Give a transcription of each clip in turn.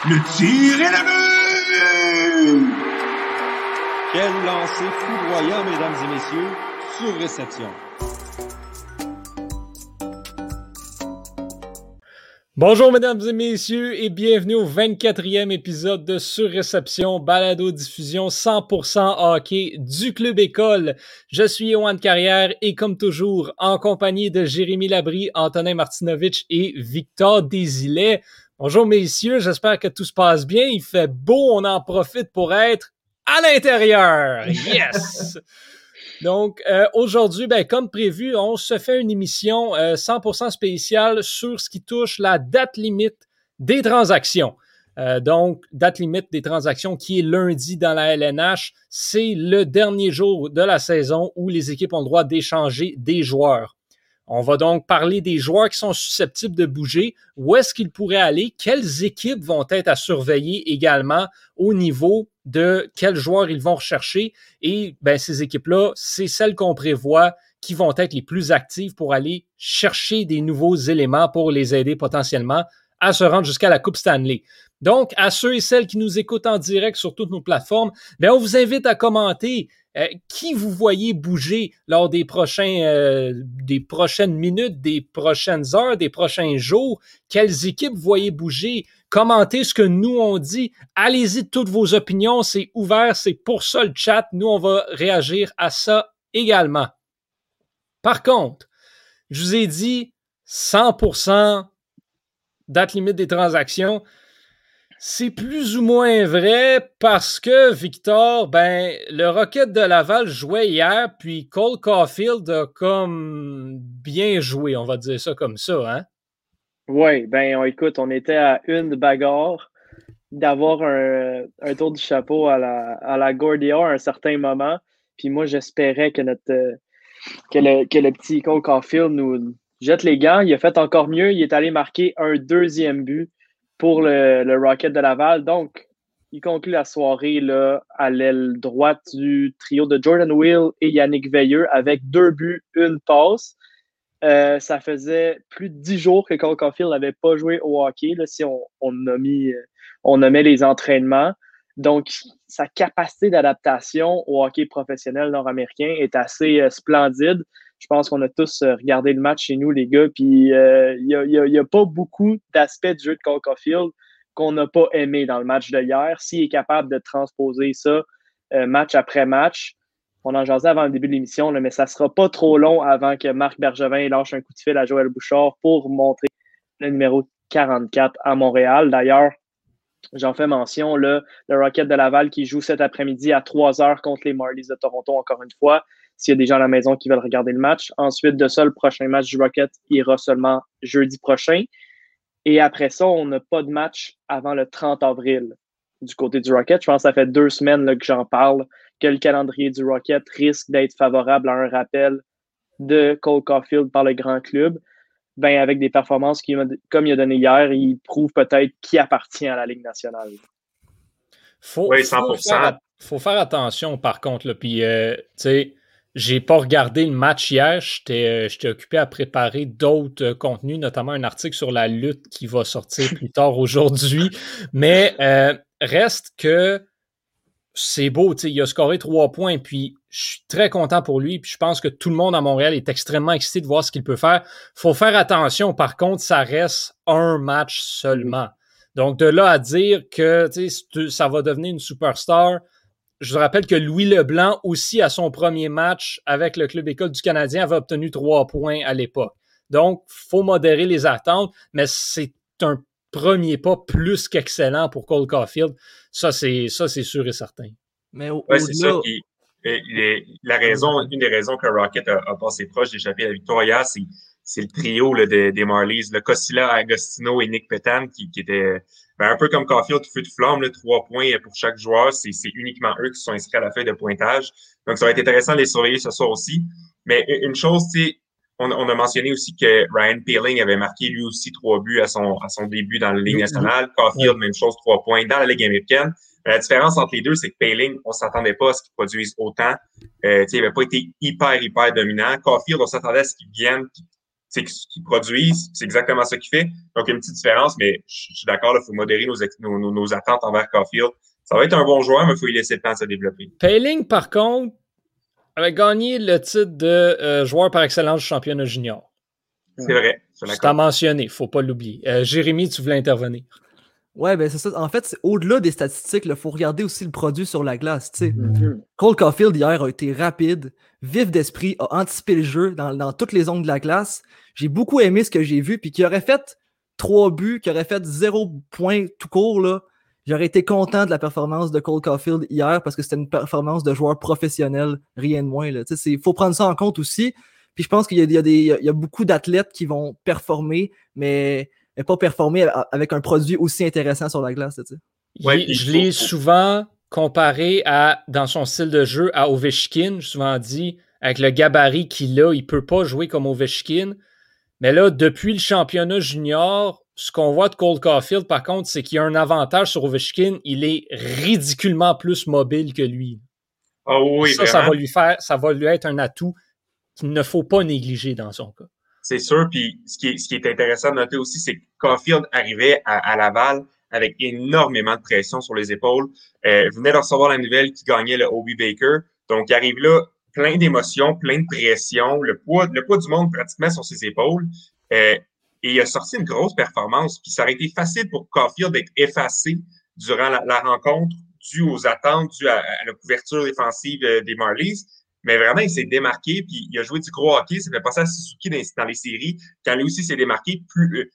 Le tir est le but! Quel lancer foudroyant, mesdames et messieurs, sur réception. Bonjour mesdames et messieurs et bienvenue au 24e épisode de Sur-Réception, balado-diffusion 100% hockey du Club École. Je suis Yoann Carrière et comme toujours, en compagnie de Jérémy Labrie, Antonin Martinovitch et Victor Desilets. Bonjour messieurs, j'espère que tout se passe bien. Il fait beau, on en profite pour être à l'intérieur. Yes! Donc, aujourd'hui, comme prévu, on se fait une émission 100% spéciale sur ce qui touche la date limite des transactions. Donc, date limite des transactions qui est lundi dans la LNH. C'est le dernier jour de la saison où les équipes ont le droit d'échanger des joueurs. On va donc parler des joueurs qui sont susceptibles de bouger, où est-ce qu'ils pourraient aller, quelles équipes vont être à surveiller également au niveau de quels joueurs ils vont rechercher. Et ces équipes-là, c'est celles qu'on prévoit qui vont être les plus actives pour aller chercher des nouveaux éléments pour les aider potentiellement à se rendre jusqu'à la Coupe Stanley. Donc, à ceux et celles qui nous écoutent en direct sur toutes nos plateformes, on vous invite à commenter qui vous voyez bouger lors des prochaines minutes, des prochaines heures, des prochains jours. Quelles équipes vous voyez bouger? Commentez ce que nous on dit. Allez-y de toutes vos opinions. C'est ouvert. C'est pour ça le chat. Nous, on va réagir à ça également. Par contre, je vous ai dit 100% date limite des transactions. C'est plus ou moins vrai parce que, Victor, le Rocket de Laval jouait hier, puis Cole Caulfield a comme bien joué, on va dire ça comme ça, hein? Oui, écoute, on était à une bagarre d'avoir un tour du chapeau à la Gordia à un certain moment. Puis moi, j'espérais que le petit Cole Caulfield nous jette les gants. Il a fait encore mieux. Il est allé marquer un deuxième but pour le Rocket de Laval. Donc, il conclut la soirée là, à l'aile droite du trio de Jordan Will et Yannick Veilleux avec 2 buts, 1 passe. Ça faisait plus de 10 jours que Cole Caulfield n'avait pas joué au hockey, là, si on nommait les entraînements. Donc, sa capacité d'adaptation au hockey professionnel nord-américain est assez splendide. Je pense qu'on a tous regardé le match chez nous, les gars, puis il y a pas beaucoup d'aspects du jeu de Cole Caulfield qu'on n'a pas aimé dans le match de hier. S'il est capable de transposer ça match après match, on en jasait avant le début de l'émission, là, mais ça ne sera pas trop long avant que Marc Bergevin lâche un coup de fil à Joël Bouchard pour montrer le numéro 44 à Montréal. D'ailleurs, j'en fais mention, là, le Rocket de Laval qui joue cet après-midi à 3h contre les Marlies de Toronto, encore une fois, s'il y a des gens à la maison qui veulent regarder le match. Ensuite de ça, le prochain match du Rocket ira seulement jeudi prochain. Et après ça, on n'a pas de match avant le 30 avril du côté du Rocket. Je pense que ça fait 2 semaines là, que j'en parle, que le calendrier du Rocket risque d'être favorable à un rappel de Cole Caulfield par le grand club. Avec des performances comme il a donné hier, il prouve peut-être qui appartient à la Ligue nationale. Oui, 100%. Faut faire attention, par contre. Là. Puis, tu sais, j'ai pas regardé le match hier. J'étais occupé à préparer d'autres contenus, notamment un article sur la lutte qui va sortir plus tard aujourd'hui. Mais reste que c'est beau, tu sais, il a scoré 3 points, puis je suis très content pour lui, puis je pense que tout le monde à Montréal est extrêmement excité de voir ce qu'il peut faire. Faut faire attention, par contre, ça reste un match seulement. Donc, de là à dire que ça va devenir une superstar, je vous rappelle que Louis Leblanc aussi, à son premier match avec le Club École du Canadien, avait obtenu 3 points à l'époque. Donc, faut modérer les attentes, mais c'est un premier pas plus qu'excellent pour Cole Caulfield. Ça, c'est sûr et certain. Mais c'est ça. Puis, une des raisons que Rocket a passé proche d'échapper à la victoire hier, c'est le trio là, des Marlies, le Cossila, Agostino et Nick Petan, qui était un peu comme Caulfield, feu de flamme, là, 3 points pour chaque joueur. C'est uniquement eux qui sont inscrits à la feuille de pointage. Donc, ça va être intéressant de les surveiller ce soir aussi. Mais une chose, on a mentionné aussi que Ryan Poehling avait marqué lui aussi 3 buts à son début dans la Ligue nationale. Caulfield, même chose, 3 points dans la Ligue américaine. La différence entre les deux, c'est que Poehling, on s'attendait pas à ce qu'il produise autant. Il n'avait pas été hyper dominant. Caulfield, on s'attendait à ce qu'il vienne. c'est ce qu'il produit, c'est exactement ça qu'il fait. Donc, il y a une petite différence, mais je suis d'accord, il faut modérer nos attentes envers Caulfield. Ça va être un bon joueur, mais il faut lui laisser le temps de se développer. Poehling, par contre, avait gagné le titre de joueur par excellence du championnat junior. C'est vrai. Tu t'as mentionné, il ne faut pas l'oublier. Jérémy, tu voulais intervenir. Ouais, ben c'est ça. En fait, au-delà des statistiques, il faut regarder aussi le produit sur la glace. Cole Caulfield, hier, a été rapide, vif d'esprit, a anticipé le jeu dans toutes les zones de la glace. J'ai beaucoup aimé ce que j'ai vu, puis qu'il aurait fait 3 buts, qu'il aurait fait 0 point tout court, là. J'aurais été content de la performance de Cole Caulfield hier parce que c'était une performance de joueur professionnel, rien de moins. Il faut prendre ça en compte aussi. Puis je pense qu'il y a beaucoup d'athlètes qui vont performer, mais pas performer avec un produit aussi intéressant sur la glace. Ouais, je l'ai souvent comparé dans son style de jeu à Ovechkin. J'ai souvent dit, avec le gabarit qu'il a, il ne peut pas jouer comme Ovechkin. Mais là, depuis le championnat junior, ce qu'on voit de Cole Caulfield, par contre, c'est qu'il y a un avantage sur Ovechkin. Il est ridiculement plus mobile que lui. Oh oui, ça va lui être un atout qu'il ne faut pas négliger dans son cas. C'est sûr, puis ce qui est intéressant de noter aussi, c'est que Caulfield arrivait à Laval avec énormément de pression sur les épaules. Venait de recevoir la nouvelle qu'il gagnait le Hobey Baker. Donc, il arrive là, plein d'émotions, plein de pression, le poids du monde pratiquement sur ses épaules. Et il a sorti une grosse performance. Puis ça aurait été facile pour Caulfield d'être effacé durant la rencontre, dû aux attentes, dû à la couverture défensive des Marlies. Mais vraiment, il s'est démarqué, puis il a joué du gros hockey. Ça fait passer à Suzuki dans les séries. Quand lui aussi s'est démarqué, plus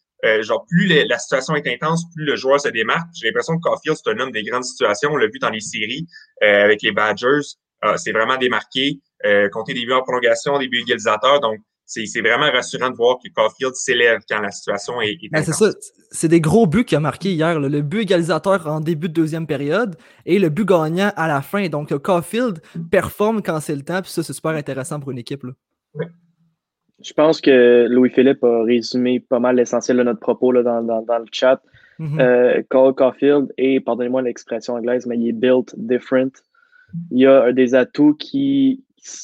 la situation est intense, plus le joueur se démarque. J'ai l'impression que Caulfield, c'est un homme des grandes situations. On l'a vu dans les séries avec les Badgers. C'est vraiment démarqué. Compter des buts en prolongation, des buts égalisateurs. Donc, c'est vraiment rassurant de voir que Caulfield s'élève quand la situation est intense. C'est ça. C'est des gros buts qu'il a marqué hier. Le but égalisateur en début de deuxième période et le but gagnant à la fin. Donc, Caulfield performe quand c'est le temps. Puis ça, c'est super intéressant pour une équipe. Là. Oui. Je pense que Louis-Philippe a résumé pas mal l'essentiel de notre propos là, dans le chat. Cole Caulfield est, pardonnez-moi l'expression anglaise, mais il est built different. Il y a des atouts qui...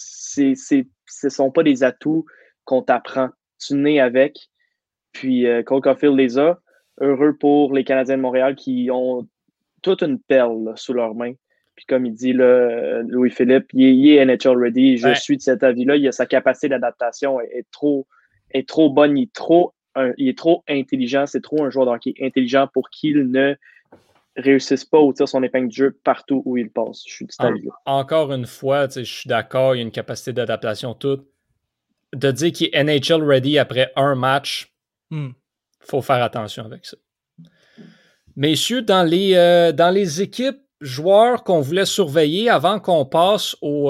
ce sont pas des atouts qu'on t'apprend. Tu nais avec. Puis Cole Caulfield les a. Heureux pour les Canadiens de Montréal qui ont toute une perle là, sous leurs mains. Puis comme il dit, là, Louis-Philippe, il est NHL ready. Je suis de cet avis-là. Il a sa capacité d'adaptation est trop bonne. Il est trop intelligent. C'est trop un joueur de hockey intelligent pour qu'il ne réussisse pas à tirer son épingle du jeu partout où il passe. Je suis de cet avis-là. Encore une fois, je suis d'accord, il y a une capacité d'adaptation toute. De dire qu'il est NHL ready après un match, faut faire attention avec ça. Messieurs, dans les équipes joueurs qu'on voulait surveiller avant qu'on passe aux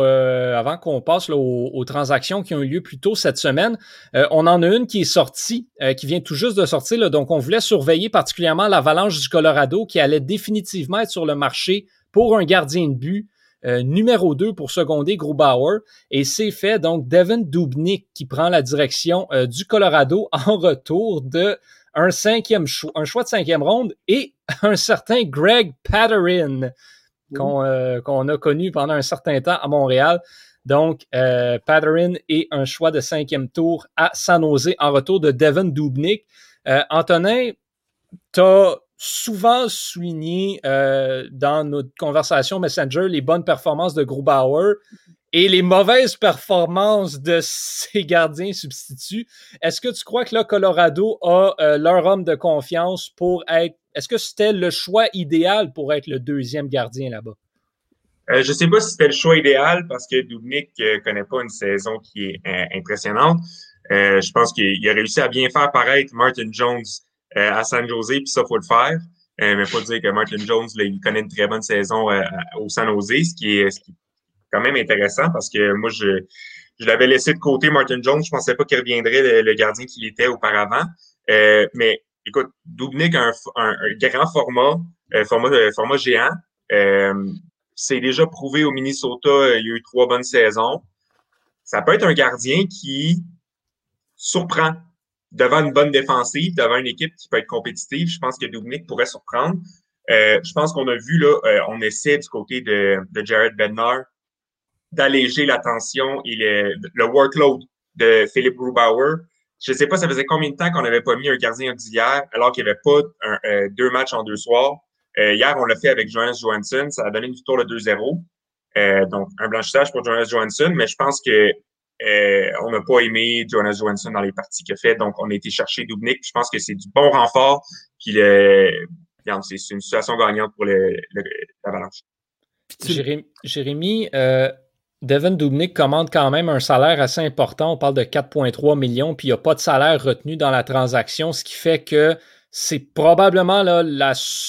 transactions qui ont eu lieu plus tôt cette semaine, on en a une qui est sortie, qui vient tout juste de sortir. Là, donc, on voulait surveiller particulièrement l'Avalanche du Colorado qui allait définitivement être sur le marché pour un gardien de but. Numéro 2 pour seconder Grubauer. Et c'est fait, donc, Devan Dubnyk qui prend la direction du Colorado en retour de un choix de 5e ronde et un certain Greg Pateryn qu'on a connu pendant un certain temps à Montréal. Donc, Pateryn et un choix de 5e tour à San Jose en retour de Devan Dubnyk. Antonin, t'as souvent souligné dans notre conversation Messenger les bonnes performances de Grubauer et les mauvaises performances de ses gardiens substituts. Est-ce que tu crois que là, Colorado a leur homme de confiance pour être... Est-ce que c'était le choix idéal pour être le 2e gardien là-bas? Je sais pas si c'était le choix idéal parce que Dubnyk connaît pas une saison qui est impressionnante. Je pense qu'il a réussi à bien faire paraître Martin Jones à San Jose, puis ça, faut le faire. Mais faut dire que Martin Jones, là, il connaît une très bonne saison au San Jose, ce qui est quand même intéressant parce que moi, je l'avais laissé de côté, Martin Jones. Je pensais pas qu'il reviendrait le gardien qu'il était auparavant. Mais écoute, Dubnyk a un grand format géant. C'est déjà prouvé au Minnesota, il y a eu 3 bonnes saisons. Ça peut être un gardien qui surprend devant une bonne défensive, devant une équipe qui peut être compétitive. Je pense que Dubnyk pourrait surprendre. Je pense qu'on a vu, là, on essaie du côté de Jared Bednar d'alléger la tension et le workload de Philippe Grubauer, je sais pas, ça faisait combien de temps qu'on n'avait pas mis un gardien auxiliaire alors qu'il n'y avait pas 2 matchs en 2 soirs. Hier, on l'a fait avec Jonas Johansson. Ça a donné une victoire de 2-0. Donc, un blanchissage pour Jonas Johansson, mais je pense que on n'a pas aimé Jonas Johansson dans les parties qu'il a fait. Donc, on a été chercher Dubnyk. Je pense que c'est du bon renfort. Puis, regarde, c'est une situation gagnante pour l'Avalanche. Jérémy, Devan Dubnyk commande quand même un salaire assez important. On parle de 4,3 millions, puis il n'y a pas de salaire retenu dans la transaction, ce qui fait que c'est probablement là, le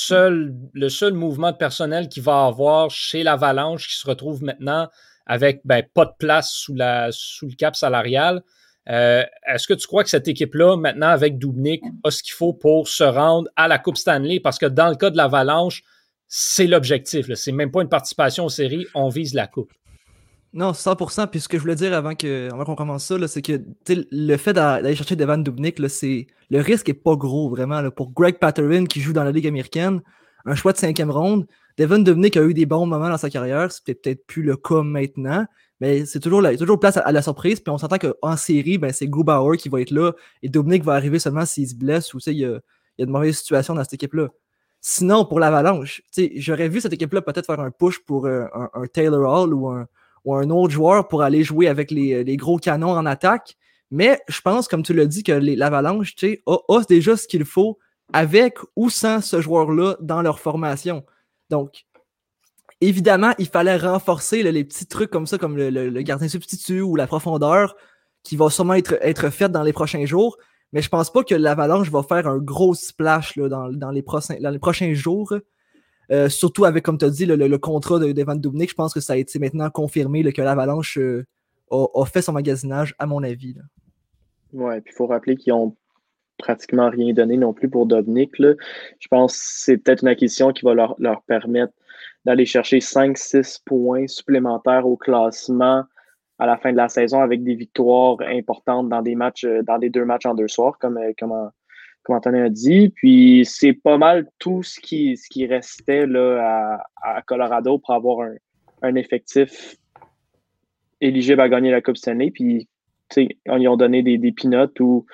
seul mouvement de personnel qu'il va avoir chez l'Avalanche qui se retrouve maintenant avec pas de place sous le cap salarial. Est-ce que tu crois que cette équipe-là, maintenant avec Dubnyk, a ce qu'il faut pour se rendre à la Coupe Stanley? Parce que dans le cas de l'Avalanche, c'est l'objectif. Là. C'est même pas une participation aux séries, on vise la Coupe. Non, 100%. Puis ce que je voulais dire avant qu'on commence ça, là, c'est que le fait d'aller chercher Devan Dubnyk, là, le risque est pas gros, vraiment. Là. Pour Greg Pateryn, qui joue dans la Ligue américaine, un choix de 5e ronde, Devan Dubnyk a eu des bons moments dans sa carrière. C'est peut-être plus le cas maintenant, mais c'est toujours place à la surprise. Puis on s'entend qu'en série, c'est Grubauer qui va être là et Dubnyk va arriver seulement s'il se blesse ou il y a de mauvaises situations dans cette équipe-là. Sinon, pour l'Avalanche, j'aurais vu cette équipe-là peut-être faire un push pour un Taylor Hall ou un autre joueur pour aller jouer avec les gros canons en attaque. Mais je pense, comme tu l'as dit, que l'Avalanche a déjà ce qu'il faut avec ou sans ce joueur-là dans leur formation. Donc, évidemment, il fallait renforcer les petits trucs comme ça, comme le gardien substitut ou la profondeur qui va sûrement être faite dans les prochains jours. Mais je pense pas que l'Avalanche va faire un gros splash là, dans les prochains jours. Surtout avec, comme tu as dit, le contrat de Devan Dubnyk. Je pense que ça a été maintenant confirmé là, que l'Avalanche a fait son magasinage, à mon avis. Là. Ouais, puis il faut rappeler qu'ils ont pratiquement rien donné non plus pour Dubnyk. Là. Je pense que c'est peut-être une acquisition qui va leur permettre d'aller chercher 5-6 points supplémentaires au classement à la fin de la saison avec des victoires importantes dans des 2 matchs en 2 soirs, comme Anthony a dit. Puis c'est pas mal tout ce qui restait là, à Colorado pour avoir un effectif éligible à gagner la Coupe Stanley. Puis on y a donné des peanuts ou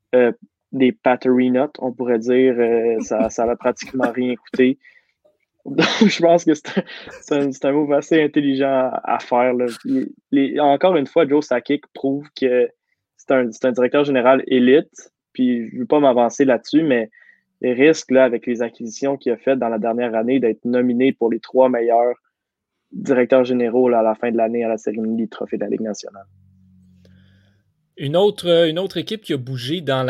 des Pattery nuts, on pourrait dire. Ça n'a pratiquement rien coûté. Donc, je pense que c'est un move assez intelligent à faire. Là. Encore une fois, Joe Sakic prouve que c'est un directeur général élite. Puis je ne veux pas m'avancer là-dessus, mais les risques là, avec les acquisitions qu'il a faites dans la dernière année d'être nominé pour les 3 meilleurs directeurs généraux là, à la fin de l'année à la cérémonie du trophée de la Ligue nationale. Une autre équipe qui a bougé dans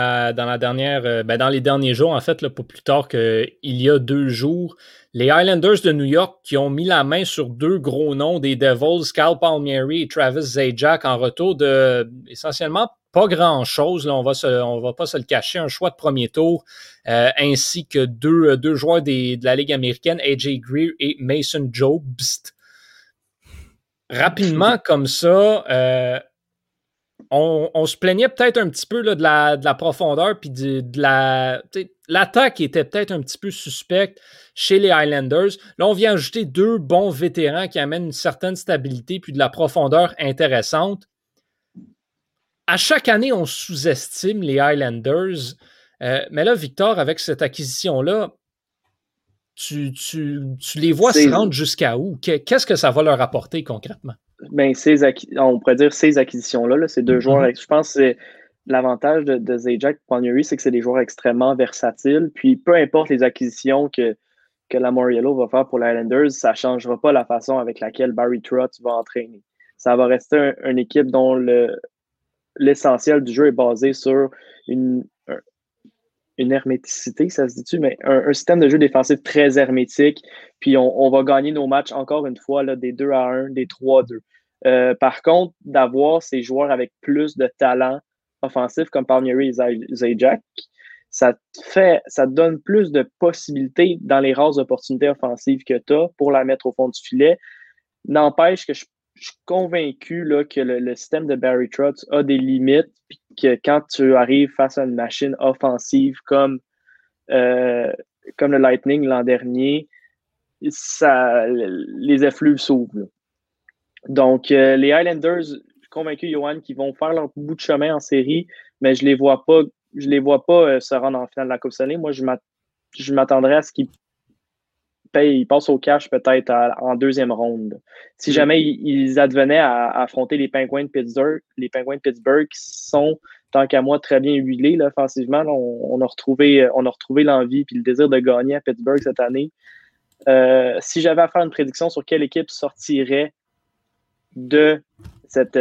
les derniers jours, en fait, là, pas plus tard qu'il y a 2 jours, les Islanders de New York qui ont mis la main sur 2 gros noms des Devils, Kyle Palmieri et Travis Zajac, en retour de essentiellement pas grand-chose. Là, on va pas se le cacher, un choix de premier tour, ainsi que deux joueurs de la Ligue américaine, AJ Greer et Mason Jobst. Rapidement, comme ça, on se plaignait peut-être un petit peu là, de la profondeur puis l'attaque était peut-être un petit peu suspecte chez les Highlanders. Là, on vient ajouter 2 bons vétérans qui amènent une certaine stabilité puis de la profondeur intéressante. À chaque année, on sous-estime les Highlanders. Mais là, Victor, avec cette acquisition-là, tu les vois se rendre jusqu'à où? Qu'est-ce que ça va leur apporter concrètement? Ben, on pourrait dire ces acquisitions-là, là, ces 2 joueurs. Je pense que l'avantage de Zajac et Palmieri, c'est que c'est des joueurs extrêmement versatiles. Puis peu importe les acquisitions que Lamoriello va faire pour les Islanders, ça ne changera pas la façon avec laquelle Barry Trotz va entraîner. Ça va rester une équipe dont l'essentiel du jeu est basé sur une herméticité, ça se dit-tu, mais un système de jeu défensif très hermétique. Puis on va gagner nos matchs encore une fois là, des 2-1, des 3-2. Par contre, d'avoir ces joueurs avec plus de talent offensif comme Palmieri et Zajac, ça te donne plus de possibilités dans les rares opportunités offensives que tu as pour la mettre au fond du filet. N'empêche que je suis convaincu là, que le système de Barry Trotz a des limites, puis que quand tu arrives face à une machine offensive comme le Lightning l'an dernier, les effluves s'ouvrent. Là. Donc, les Highlanders, je suis convaincu, Johan, qu'ils vont faire leur bout de chemin en série, mais je les vois pas se rendre en finale de la Coupe Stanley. Moi, je m'attendrais à ce qu'ils passent au cash peut-être en deuxième ronde. Si jamais ils advenaient à affronter les Penguins de Pittsburgh qui sont, tant qu'à moi, très bien huilés là, offensivement. Là, on a retrouvé l'envie et le désir de gagner à Pittsburgh cette année. Si j'avais à faire une prédiction sur quelle équipe sortirait de cette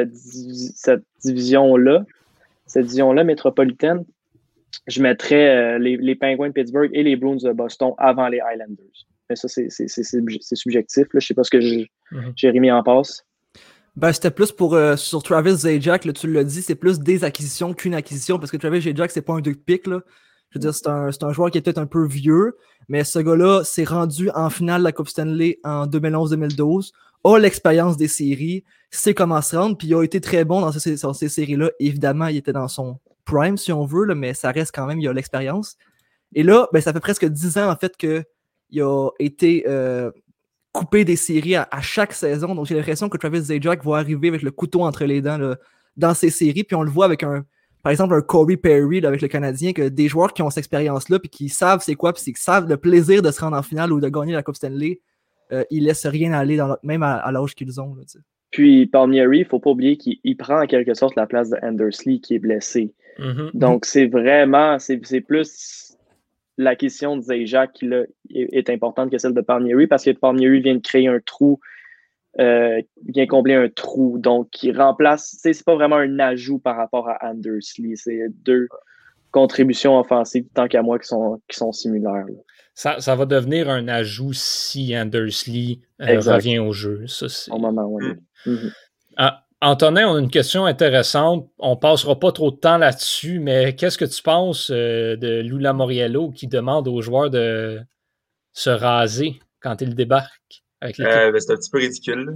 division-là métropolitaine, je mettrais les Penguins de Pittsburgh et les Bruins de Boston avant les Islanders. Mais ça, c'est subjectif. Là. Je ne sais pas ce que Jérémy en passe. Ben, c'était plus pour sur Travis Zajac, là, tu l'as dit, c'est plus des acquisitions qu'une acquisition, parce que Travis Zajac, c'est pas un 2 de pique. Là. Je veux dire, c'est un joueur qui est peut-être un peu vieux, mais ce gars-là s'est rendu en finale de la Coupe Stanley en 2011-2012, a l'expérience des séries, sait comment se rendre, puis il a été très bon dans ces séries-là. Évidemment, il était dans son prime, si on veut, là, mais ça reste quand même, il a l'expérience. Et là, ben, ça fait presque 10 ans, en fait, qu'il a été coupé des séries à chaque saison. Donc, j'ai l'impression que Travis Zajac va arriver avec le couteau entre les dents là, dans ces séries. Puis on le voit avec par exemple, un Corey Perry là, avec le Canadien, que des joueurs qui ont cette expérience-là puis qui savent c'est quoi, puis qui savent le plaisir de se rendre en finale ou de gagner la Coupe Stanley, ils laissent rien aller, même à l'âge qu'ils ont. Là, puis Palmieri, il ne faut pas oublier qu'il prend en quelque sorte la place de Andersley qui est blessé. Donc, c'est vraiment, c'est plus l'acquisition de Zajac qui là, est importante que celle de Palmieri parce que Palmieri vient de créer un trou, vient combler un trou. Donc, il remplace, c'est pas vraiment un ajout par rapport à Andersley. C'est deux contributions offensives, tant qu'à moi, qui sont similaires. Là. Ça va devenir un ajout si Andersley revient au jeu. Ça, c'est... Au moment où Antonin, on a une question intéressante. On ne passera pas trop de temps là-dessus, mais qu'est-ce que tu penses de Lou Lamoriello qui demande aux joueurs de se raser quand ils débarquent avec l'équipe? C'est un petit peu ridicule.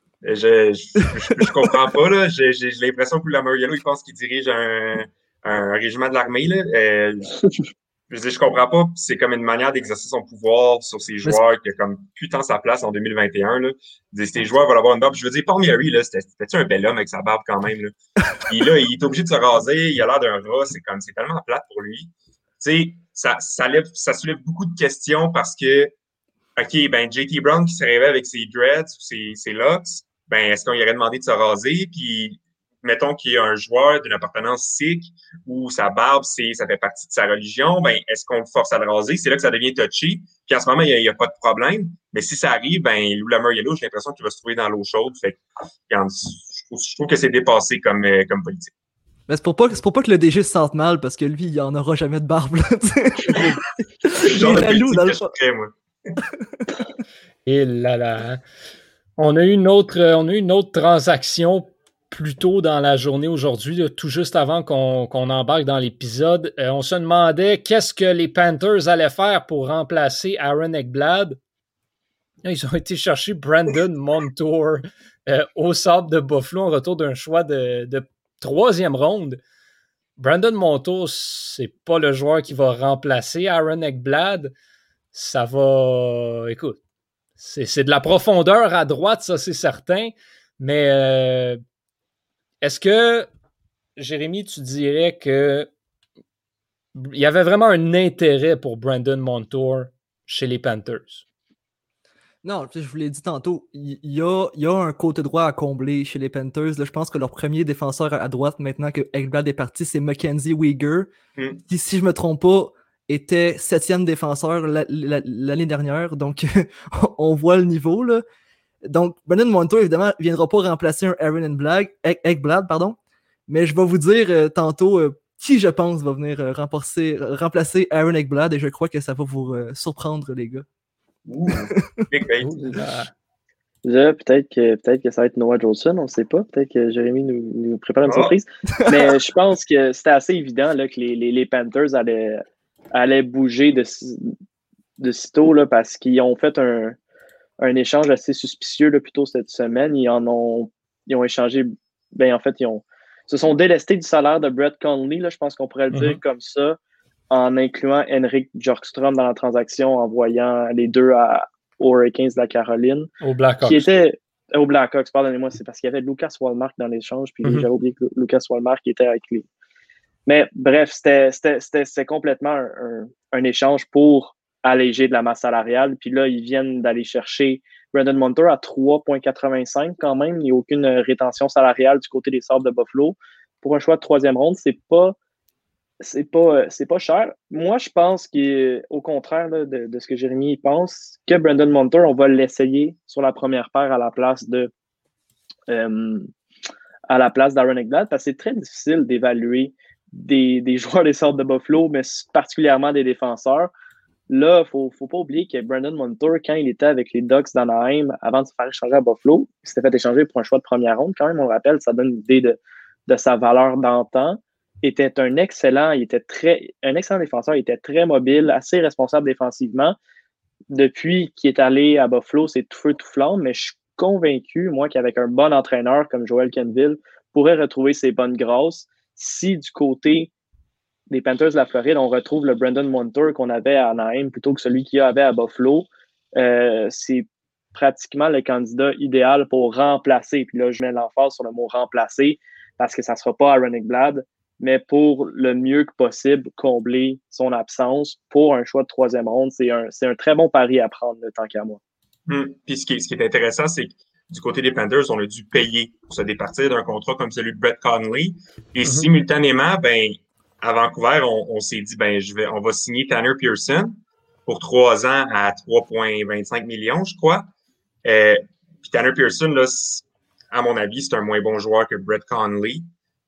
Je comprends pas. Là. J'ai l'impression que Lou Lamoriello, il pense qu'il dirige un régiment de l'armée. Là. Je comprends pas. C'est comme une manière d'exercer son pouvoir sur ces joueurs qui a comme putain sa place en 2021. Là. Ces joueurs vont avoir une barbe. Je veux dire, Palmieri, là, c'était-tu un bel homme avec sa barbe quand même? Là? Puis là, il est obligé de se raser. Il a l'air d'un rat. C'est tellement plate pour lui. Tu sais, ça soulève beaucoup de questions parce que, OK, ben, JT Brown qui se réveille avec ses dreads ou ses locks, ben, est-ce qu'on lui aurait demandé de se raser? Puis, mettons qu'il y a un joueur d'une appartenance sikh où sa barbe, ça fait partie de sa religion, ben, est-ce qu'on le force à le raser? C'est là que ça devient touchy. Puis, en ce moment, il n'y a pas de problème. Mais si ça arrive, ben, Lou Lamoriello, j'ai l'impression qu'il va se trouver dans l'eau chaude. Fait je trouve que c'est dépassé comme politique. Mais c'est pour pas que le DG se sente mal parce que lui, il n'en aura jamais de barbe. Là, genre de politique que je ferais, moi. Et là. On a eu une autre transaction plus tôt dans la journée aujourd'hui, là, tout juste avant qu'on embarque dans l'épisode. On se demandait qu'est-ce que les Panthers allaient faire pour remplacer Aaron Ekblad. Ils ont été chercher Brandon Montour au Sables de Buffalo en retour d'un choix de troisième ronde. Brandon Montour, c'est pas le joueur qui va remplacer Aaron Ekblad. Ça va... Écoute, c'est de la profondeur à droite, ça c'est certain. Mais est-ce que, Jérémy, tu dirais que il y avait vraiment un intérêt pour Brandon Montour chez les Panthers? Non, je vous l'ai dit tantôt, il y a un côté droit à combler chez les Panthers. Là, je pense que leur premier défenseur à droite, maintenant que Ekblad est parti, c'est Mackenzie Weegar, qui, si je ne me trompe pas, était 7e défenseur l'année dernière. Donc, on voit le niveau. Là. Donc, Brandon Montour, évidemment, ne viendra pas remplacer un Aaron Ekblad, mais je vais vous dire tantôt qui, je pense, va venir remplacer Aaron Ekblad, et je crois que ça va vous surprendre, les gars. Là, peut-être que ça va être Noah Jolson, on ne sait pas. Peut-être que Jérémy nous prépare une surprise. Mais je pense que c'était assez évident là, que les Panthers allaient bouger de sitôt là, parce qu'ils ont fait un échange assez suspicieux là, plus tôt cette semaine. Ils ont échangé. Ben, en fait, se sont délestés du salaire de Brett Conley, là, je pense qu'on pourrait le dire comme ça, en incluant Henrik Bjorkström dans la transaction, en envoyant les deux aux Hurricanes de la Caroline. Aux Blackhawks. Qui était aux Blackhawks, pardonnez-moi, c'est parce qu'il y avait Lucas Wallmark dans l'échange, puis j'avais oublié que Lucas Wallmark était avec Mais bref, c'était complètement un échange pour alléger de la masse salariale. Puis là, ils viennent d'aller chercher Brandon Montour à 3,85 quand même. Il n'y a aucune rétention salariale du côté des Sabres de Buffalo. Pour un choix de troisième ronde, c'est pas cher. Moi, je pense qu'au contraire là, de ce que Jérémy pense, que Brandon Montour, on va l'essayer sur la première paire à la place d'Aaron Ekblad, parce que c'est très difficile d'évaluer des joueurs des Sabres de Buffalo, mais particulièrement des défenseurs. Là, il ne faut pas oublier que Brandon Montour, quand il était avec les Ducks d'Anaheim, avant de se faire échanger à Buffalo, il s'était fait échanger pour un choix de première ronde. Quand même, on le rappelle, ça donne une idée de sa valeur d'antan. Était un excellent défenseur, il était très mobile, assez responsable défensivement. Depuis qu'il est allé à Buffalo, c'est tout feu, tout flamme, mais je suis convaincu, moi, qu'avec un bon entraîneur comme Joel Kenville, pourrait retrouver ses bonnes grâces. Si du côté des Panthers de la Floride, on retrouve le Brandon Montour qu'on avait à Anaheim plutôt que celui qu'il y avait à Buffalo, c'est pratiquement le candidat idéal pour remplacer. Puis là, je mets l'emphase sur le mot remplacer parce que ça ne sera pas Aaron Ekblad, mais pour le mieux que possible combler son absence pour un choix de troisième ronde. C'est un très bon pari à prendre, tant qu'à moi. Puis ce qui est intéressant, c'est que du côté des Panthers, on a dû payer pour se départir d'un contrat comme celui de Brett Connolly. Et simultanément, à Vancouver, on s'est dit, on va signer Tanner Pearson pour 3 ans à 3,25 millions, je crois. Puis Tanner Pearson, là, à mon avis, c'est un moins bon joueur que Brett Connolly.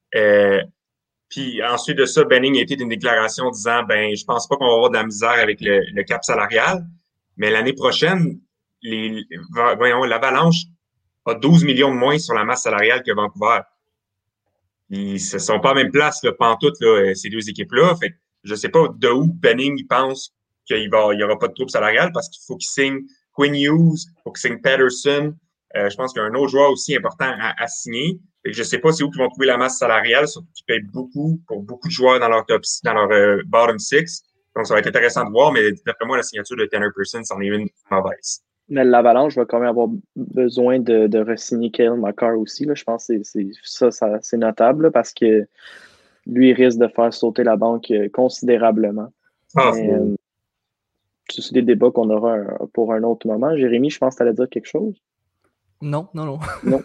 Puis ensuite de ça, Benning a été d'une déclaration disant, je pense pas qu'on va avoir de la misère avec le cap salarial, mais l'année prochaine, l'Avalanche a 12 millions de moins sur la masse salariale que Vancouver. Ils ne sont pas à la même place, là, pantoute, là, ces deux équipes-là. Fait que je sais pas de où Benning pense qu'il y aura pas de trouble salarial parce qu'il faut qu'il signe Quinn Hughes, il faut qu'il signe Patterson. Je pense qu'il y a un autre joueur aussi important à signer. Fait que je sais pas c'est où qu'ils vont trouver la masse salariale, surtout qu'ils payent beaucoup pour beaucoup de joueurs dans leur bottom six. Donc, ça va être intéressant de voir, mais d'après moi, la signature de Tanner Pearson, c'en est une mauvaise. Mais l'Avalanche va quand même avoir besoin de re-signer Cale Makar aussi. Là. Je pense que c'est notable là, parce que lui, il risque de faire sauter la banque considérablement. C'est des débats qu'on aura pour un autre moment. Jérémy, je pense que tu allais dire quelque chose. Non. Non,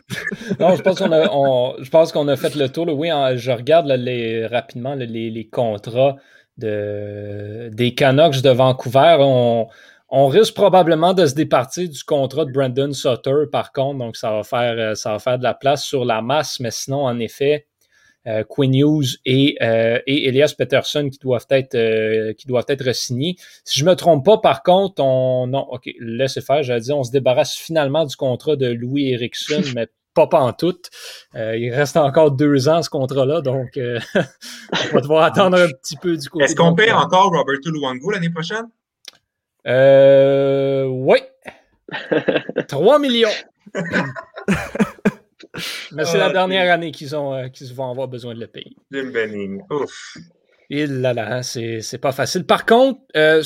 je pense qu'on a fait le tour. Là. Oui, je regarde là, rapidement les contrats des Canucks de Vancouver. On risque probablement de se départir du contrat de Brandon Sutter, par contre. Donc, ça va faire de la place sur la masse. Mais sinon, en effet, Quinn Hughes et Elias Pettersson qui doivent être re-signés. Si je ne me trompe pas, par contre, laissez faire. J'allais dire, on se débarrasse finalement du contrat de Louis Eriksson, mais pas pantoute. Il reste encore 2 ans, ce contrat-là, donc on va devoir attendre un petit peu du côté. Est-ce qu'on paie encore Roberto Luongo l'année prochaine? Oui. 3 millions. Mais c'est la dernière année qu'ils vont avoir besoin de le payer. Jim Benning. Ouf. Et là, c'est pas facile. Par contre,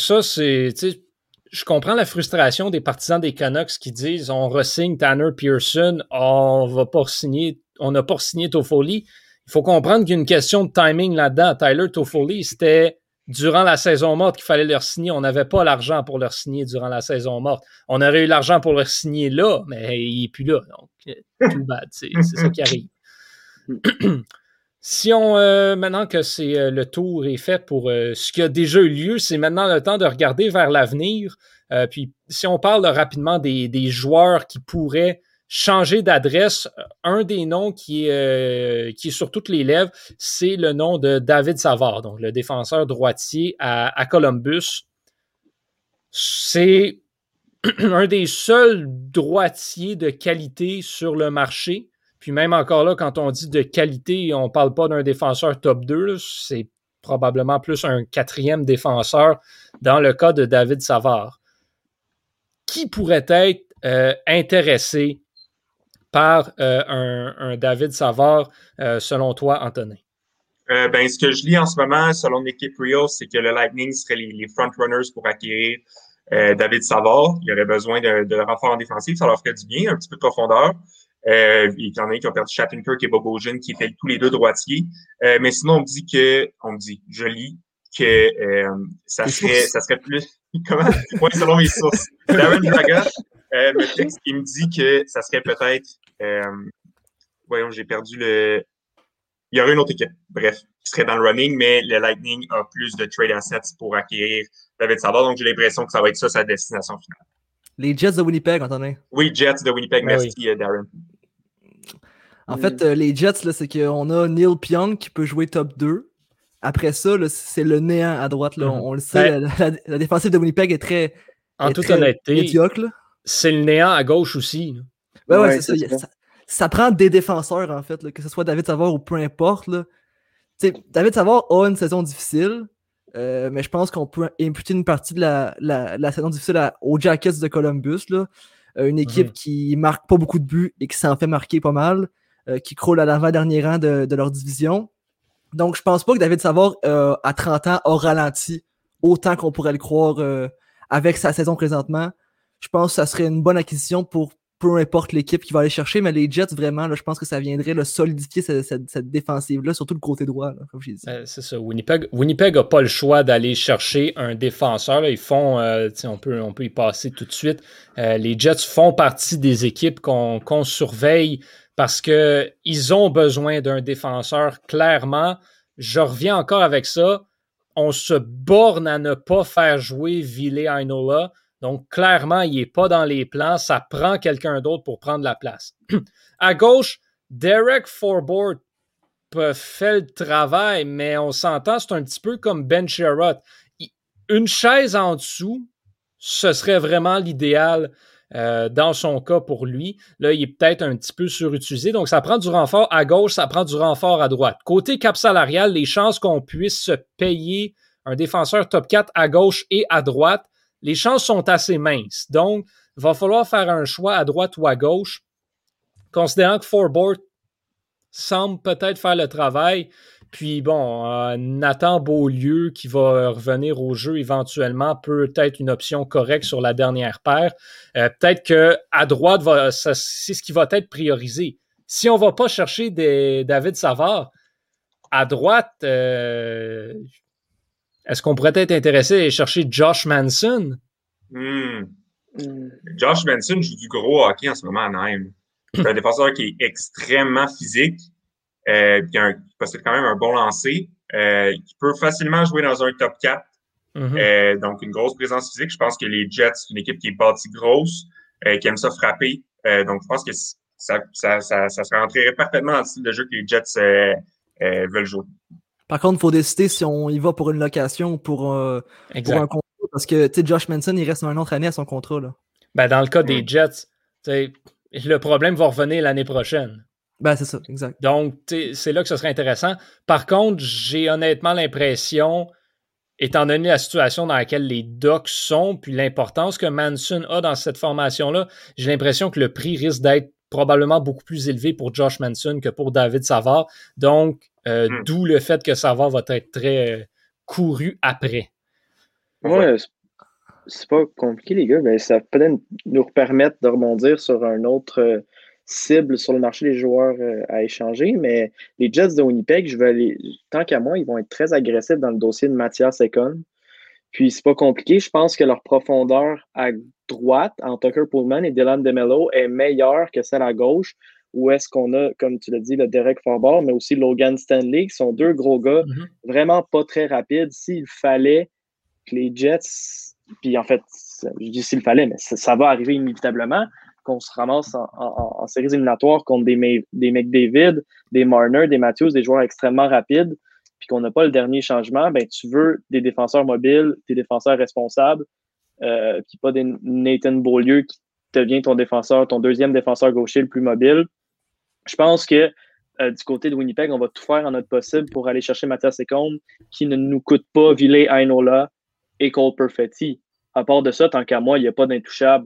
je comprends la frustration des partisans des Canucks qui disent on re-signe Tanner Pearson, on n'a pas re-signé Toffoli. Il faut comprendre qu'il y a une question de timing là-dedans. Tyler Toffoli, c'était durant la saison morte qu'il fallait leur signer. On n'avait pas l'argent pour leur signer durant la saison morte. On aurait eu l'argent pour leur signer là, mais il n'est plus là. Donc, too bad. C'est ça qui arrive. Si maintenant que le tour est fait pour ce qui a déjà eu lieu, c'est maintenant le temps de regarder vers l'avenir. Puis, si on parle rapidement des joueurs qui pourraient changer d'adresse, un des noms qui est sur toutes les lèvres, c'est le nom de David Savard, donc le défenseur droitier à Columbus. C'est un des seuls droitiers de qualité sur le marché. Puis même encore là, quand on dit de qualité, on ne parle pas d'un défenseur top 2. Là, c'est probablement plus un 4e défenseur dans le cas de David Savard. Qui pourrait être intéressé par un David Savard, selon toi, Antonin? Ce que je lis en ce moment, selon l'équipe Rio, c'est que le Lightning serait les front-runners pour acquérir David Savard. Il y aurait besoin de renfort en défensive. Ça leur ferait du bien, un petit peu de profondeur. Il y en a qui ont perdu Shattenkirk et Bogosian, qui étaient tous les deux droitiers. Mais sinon, je lis que ça serait plus... Comment? Oui, selon mes sources. Darren Draga, le texte, il me dit que ça serait peut-être... voyons, j'ai perdu le... Il y aurait une autre équipe, bref, qui serait dans le running, mais le Lightning a plus de trade assets pour acquérir David Savard, donc j'ai l'impression que ça va être ça, sa destination finale. Les Jets de Winnipeg, Antonin. Oui, Jets de Winnipeg, merci Darren. En fait, les Jets, là, c'est qu'on a Neil Pionk qui peut jouer top 2. Après ça, là, c'est le néant à droite. Là. On le sait, la défensive de Winnipeg est très, honnêteté, médiocre. Là. C'est le néant à gauche aussi. Ouais, c'est ça. Ça prend des défenseurs, en fait, là, que ce soit David Savard ou peu importe. Là. David Savard a une saison difficile, mais je pense qu'on peut imputer une partie de la saison difficile aux Jackets de Columbus. Là. Une équipe qui marque pas beaucoup de buts et qui s'en fait marquer pas mal, qui croule à l'avant-dernier rang de leur division. Donc, je pense pas que David Savard, à 30 ans, a ralenti autant qu'on pourrait le croire avec sa saison présentement. Je pense que ça serait une bonne acquisition pour peu importe l'équipe qui va aller chercher, mais les Jets, vraiment, là, je pense que ça viendrait solidifier cette défensive-là, surtout le côté droit, là, comme j'ai dit. C'est ça. Winnipeg n'a pas le choix d'aller chercher un défenseur. Là. Ils font, on peut y passer tout de suite. Les Jets font partie des équipes qu'on surveille parce qu'ils ont besoin d'un défenseur, clairement. Je reviens encore avec ça. On se borne à ne pas faire jouer Ville Heinola. Donc, clairement, il n'est pas dans les plans. Ça prend quelqu'un d'autre pour prendre la place. À gauche, Derek Forbort fait le travail, mais on s'entend, c'est un petit peu comme Ben Sherratt. Une chaise en dessous, ce serait vraiment l'idéal dans son cas pour lui. Là, il est peut-être un petit peu surutilisé. Donc, ça prend du renfort à gauche, ça prend du renfort à droite. Côté cap salarial, les chances qu'on puisse se payer un défenseur top 4 à gauche et à droite, les chances sont assez minces. Donc, il va falloir faire un choix à droite ou à gauche, considérant que Forbort semble peut-être faire le travail. Puis bon, Nathan Beaulieu, qui va revenir au jeu éventuellement, peut être une option correcte sur la dernière paire. Peut-être qu'à droite, c'est ce qui va être priorisé. Si on ne va pas chercher David Savard, à droite... est-ce qu'on pourrait être intéressé à aller chercher Josh Manson? Josh Manson joue du gros hockey en ce moment à Anaheim. C'est un défenseur qui est extrêmement physique, qui possède quand même un bon lancer, qui peut facilement jouer dans un top 4. Donc, une grosse présence physique. Je pense que les Jets, c'est une équipe qui est bâtie grosse, qui aime ça frapper. Donc, je pense que ça se rentrerait parfaitement dans le style de jeu que les Jets veulent jouer. Par contre, il faut décider si on y va pour une location ou pour un contrat. Parce que Josh Manson, il reste une autre année à son contrat. Là. Ben, dans le cas des Jets, le problème va revenir l'année prochaine. Ben, c'est ça, exact. Donc, c'est là que ce serait intéressant. Par contre, j'ai honnêtement l'impression, étant donné la situation dans laquelle les Ducks sont, puis l'importance que Manson a dans cette formation-là, j'ai l'impression que le prix risque d'être probablement beaucoup plus élevé pour Josh Manson que pour David Savard. Donc, d'où le fait que Savard va être très couru après. Ouais, c'est pas compliqué, les gars. Ben, ça peut peut-être nous permettre de rebondir sur un autre cible sur le marché des joueurs à échanger. Mais les Jets de Winnipeg, tant qu'à moi, ils vont être très agressifs dans le dossier de Mathias Ekholm. Puis, c'est pas compliqué. Je pense que leur profondeur à droite, en Tucker Pullman et Dylan DeMello, est meilleure que celle à gauche, où est-ce qu'on a, comme tu l'as dit, le Derek Forbort, mais aussi Logan Stanley, qui sont deux gros gars vraiment pas très rapides. S'il fallait que les Jets, puis en fait, je dis s'il fallait, mais ça va arriver inévitablement, qu'on se ramasse en séries éliminatoires contre des McDavid, des Marner, des Matthews, des joueurs extrêmement rapides, puis qu'on n'a pas le dernier changement, ben tu veux des défenseurs mobiles, des défenseurs responsables, puis pas des Nathan Beaulieu qui devient ton deuxième défenseur gaucher le plus mobile. Je pense que du côté de Winnipeg, on va tout faire en notre possible pour aller chercher Mathias Ekholm, qui ne nous coûte pas Ville Heinola et Cole Perfetti. À part de ça, tant qu'à moi, il n'y a pas d'intouchable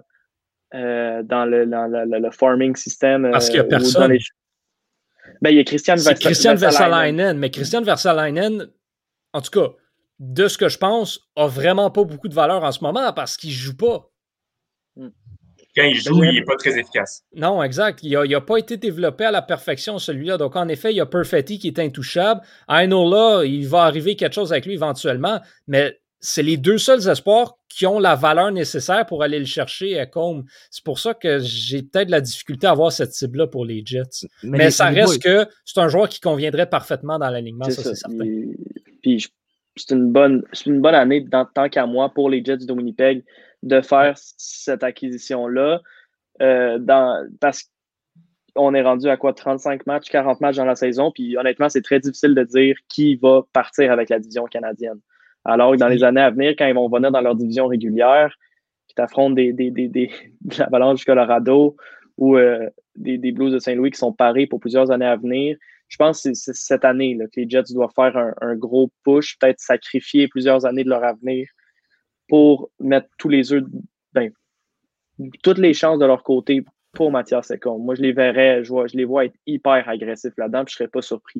dans le farming system. Parce qu'il n'y a personne. Ben, il y a Christian Vesalainen. Mais Christian Vesalainen, en tout cas, de ce que je pense, a vraiment pas beaucoup de valeur en ce moment parce qu'il ne joue pas. quand il joue, il n'est pas très efficace. Non, exact. Il n'a pas été développé à la perfection, celui-là. Donc, en effet, il y a Perfetti qui est intouchable. Ainola, il va arriver quelque chose avec lui éventuellement, mais c'est les deux seuls espoirs qui ont la valeur nécessaire pour aller le chercher à Combe. C'est pour ça que j'ai peut-être la difficulté à avoir cette cible-là pour les Jets. Mais ça reste que c'est un joueur qui conviendrait parfaitement dans l'alignement, ça, c'est certain. Puis c'est une bonne année, tant qu'à moi, pour les Jets de Winnipeg de faire cette acquisition-là. Parce qu'on est rendu à 35 matchs, 40 matchs dans la saison, puis honnêtement, c'est très difficile de dire qui va partir avec la division canadienne. Alors que dans les années à venir, quand ils vont venir dans leur division régulière, puis t'affrontes de l'Avalanche du Colorado ou des Blues de Saint-Louis qui sont parés pour plusieurs années à venir, je pense que c'est cette année là, que les Jets doivent faire un gros push, peut-être sacrifier plusieurs années de leur avenir pour mettre tous les œufs, toutes les chances de leur côté pour Mathias Ekholm. Moi, je les vois être hyper agressifs là-dedans, puis je ne serais pas surpris.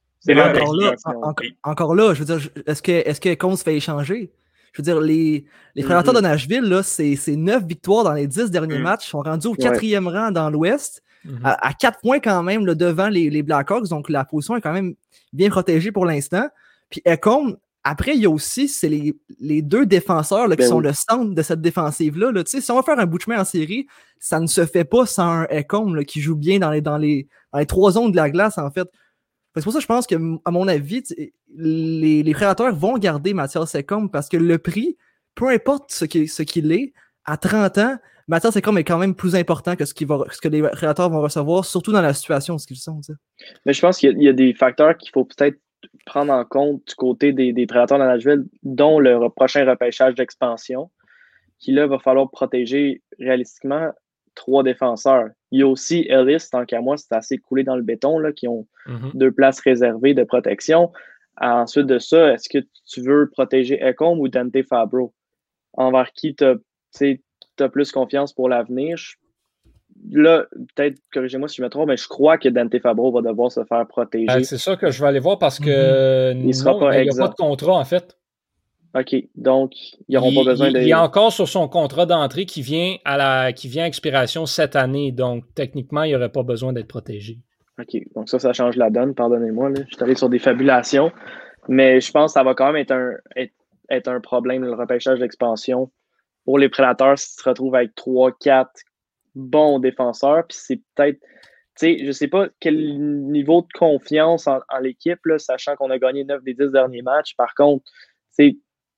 Encore là, je veux dire, est-ce que Ekholm se fait échanger? Je veux dire, les Prédateurs de Nashville, là, c'est 9 victoires dans les 10 derniers matchs. Ils sont rendus au 4e rang dans l'Ouest, à 4 points quand même là, devant les Blackhawks. Donc, la position est quand même bien protégée pour l'instant. Puis Ekholm, après, il y a aussi les deux défenseurs là, qui sont le centre de cette défensive-là. Là. Si on va faire un bout de chemin en série, ça ne se fait pas sans un Ekholm là, qui joue bien dans les 3 zones de la glace, en fait. C'est pour ça que je pense que, à mon avis, les Prédateurs vont garder Mathias Ekholm parce que le prix, peu importe ce qu'il est, à 30 ans, Mathias Ekholm est quand même plus important que ce que les Prédateurs vont recevoir, surtout dans la situation où ils sont. T'sais. Mais je pense qu'il y a des facteurs qu'il faut peut-être prendre en compte du côté des Prédateurs de Nashville, dont le prochain repêchage d'expansion, qui là va falloir protéger réalistiquement 3 défenseurs. Il y a aussi Ellis, tant qu'à moi, c'est assez coulé dans le béton, là, qui ont 2 places réservées de protection. Ensuite de ça, est-ce que tu veux protéger Ekholm ou Dante Fabro? Envers qui tu as plus confiance pour l'avenir? Là, peut-être, corrigez-moi si je me trompe, mais je crois que Dante Fabro va devoir se faire protéger. C'est ça que je vais aller voir parce que il n'y a pas de contrat, en fait. OK, donc ils n'auront pas besoin de... Il est encore sur son contrat d'entrée qui vient à expiration cette année, donc techniquement, il n'y aurait pas besoin d'être protégé. OK, donc ça change la donne, pardonnez-moi, là. Je suis allé sur des fabulations, mais je pense que ça va quand même être un problème, le repêchage d'expansion pour les Prédateurs s'ils se retrouvent avec 3-4 bons défenseurs, puis c'est peut-être... Tu sais, je ne sais pas quel niveau de confiance en l'équipe, là, sachant qu'on a gagné 9 des 10 derniers matchs. Par contre, c'est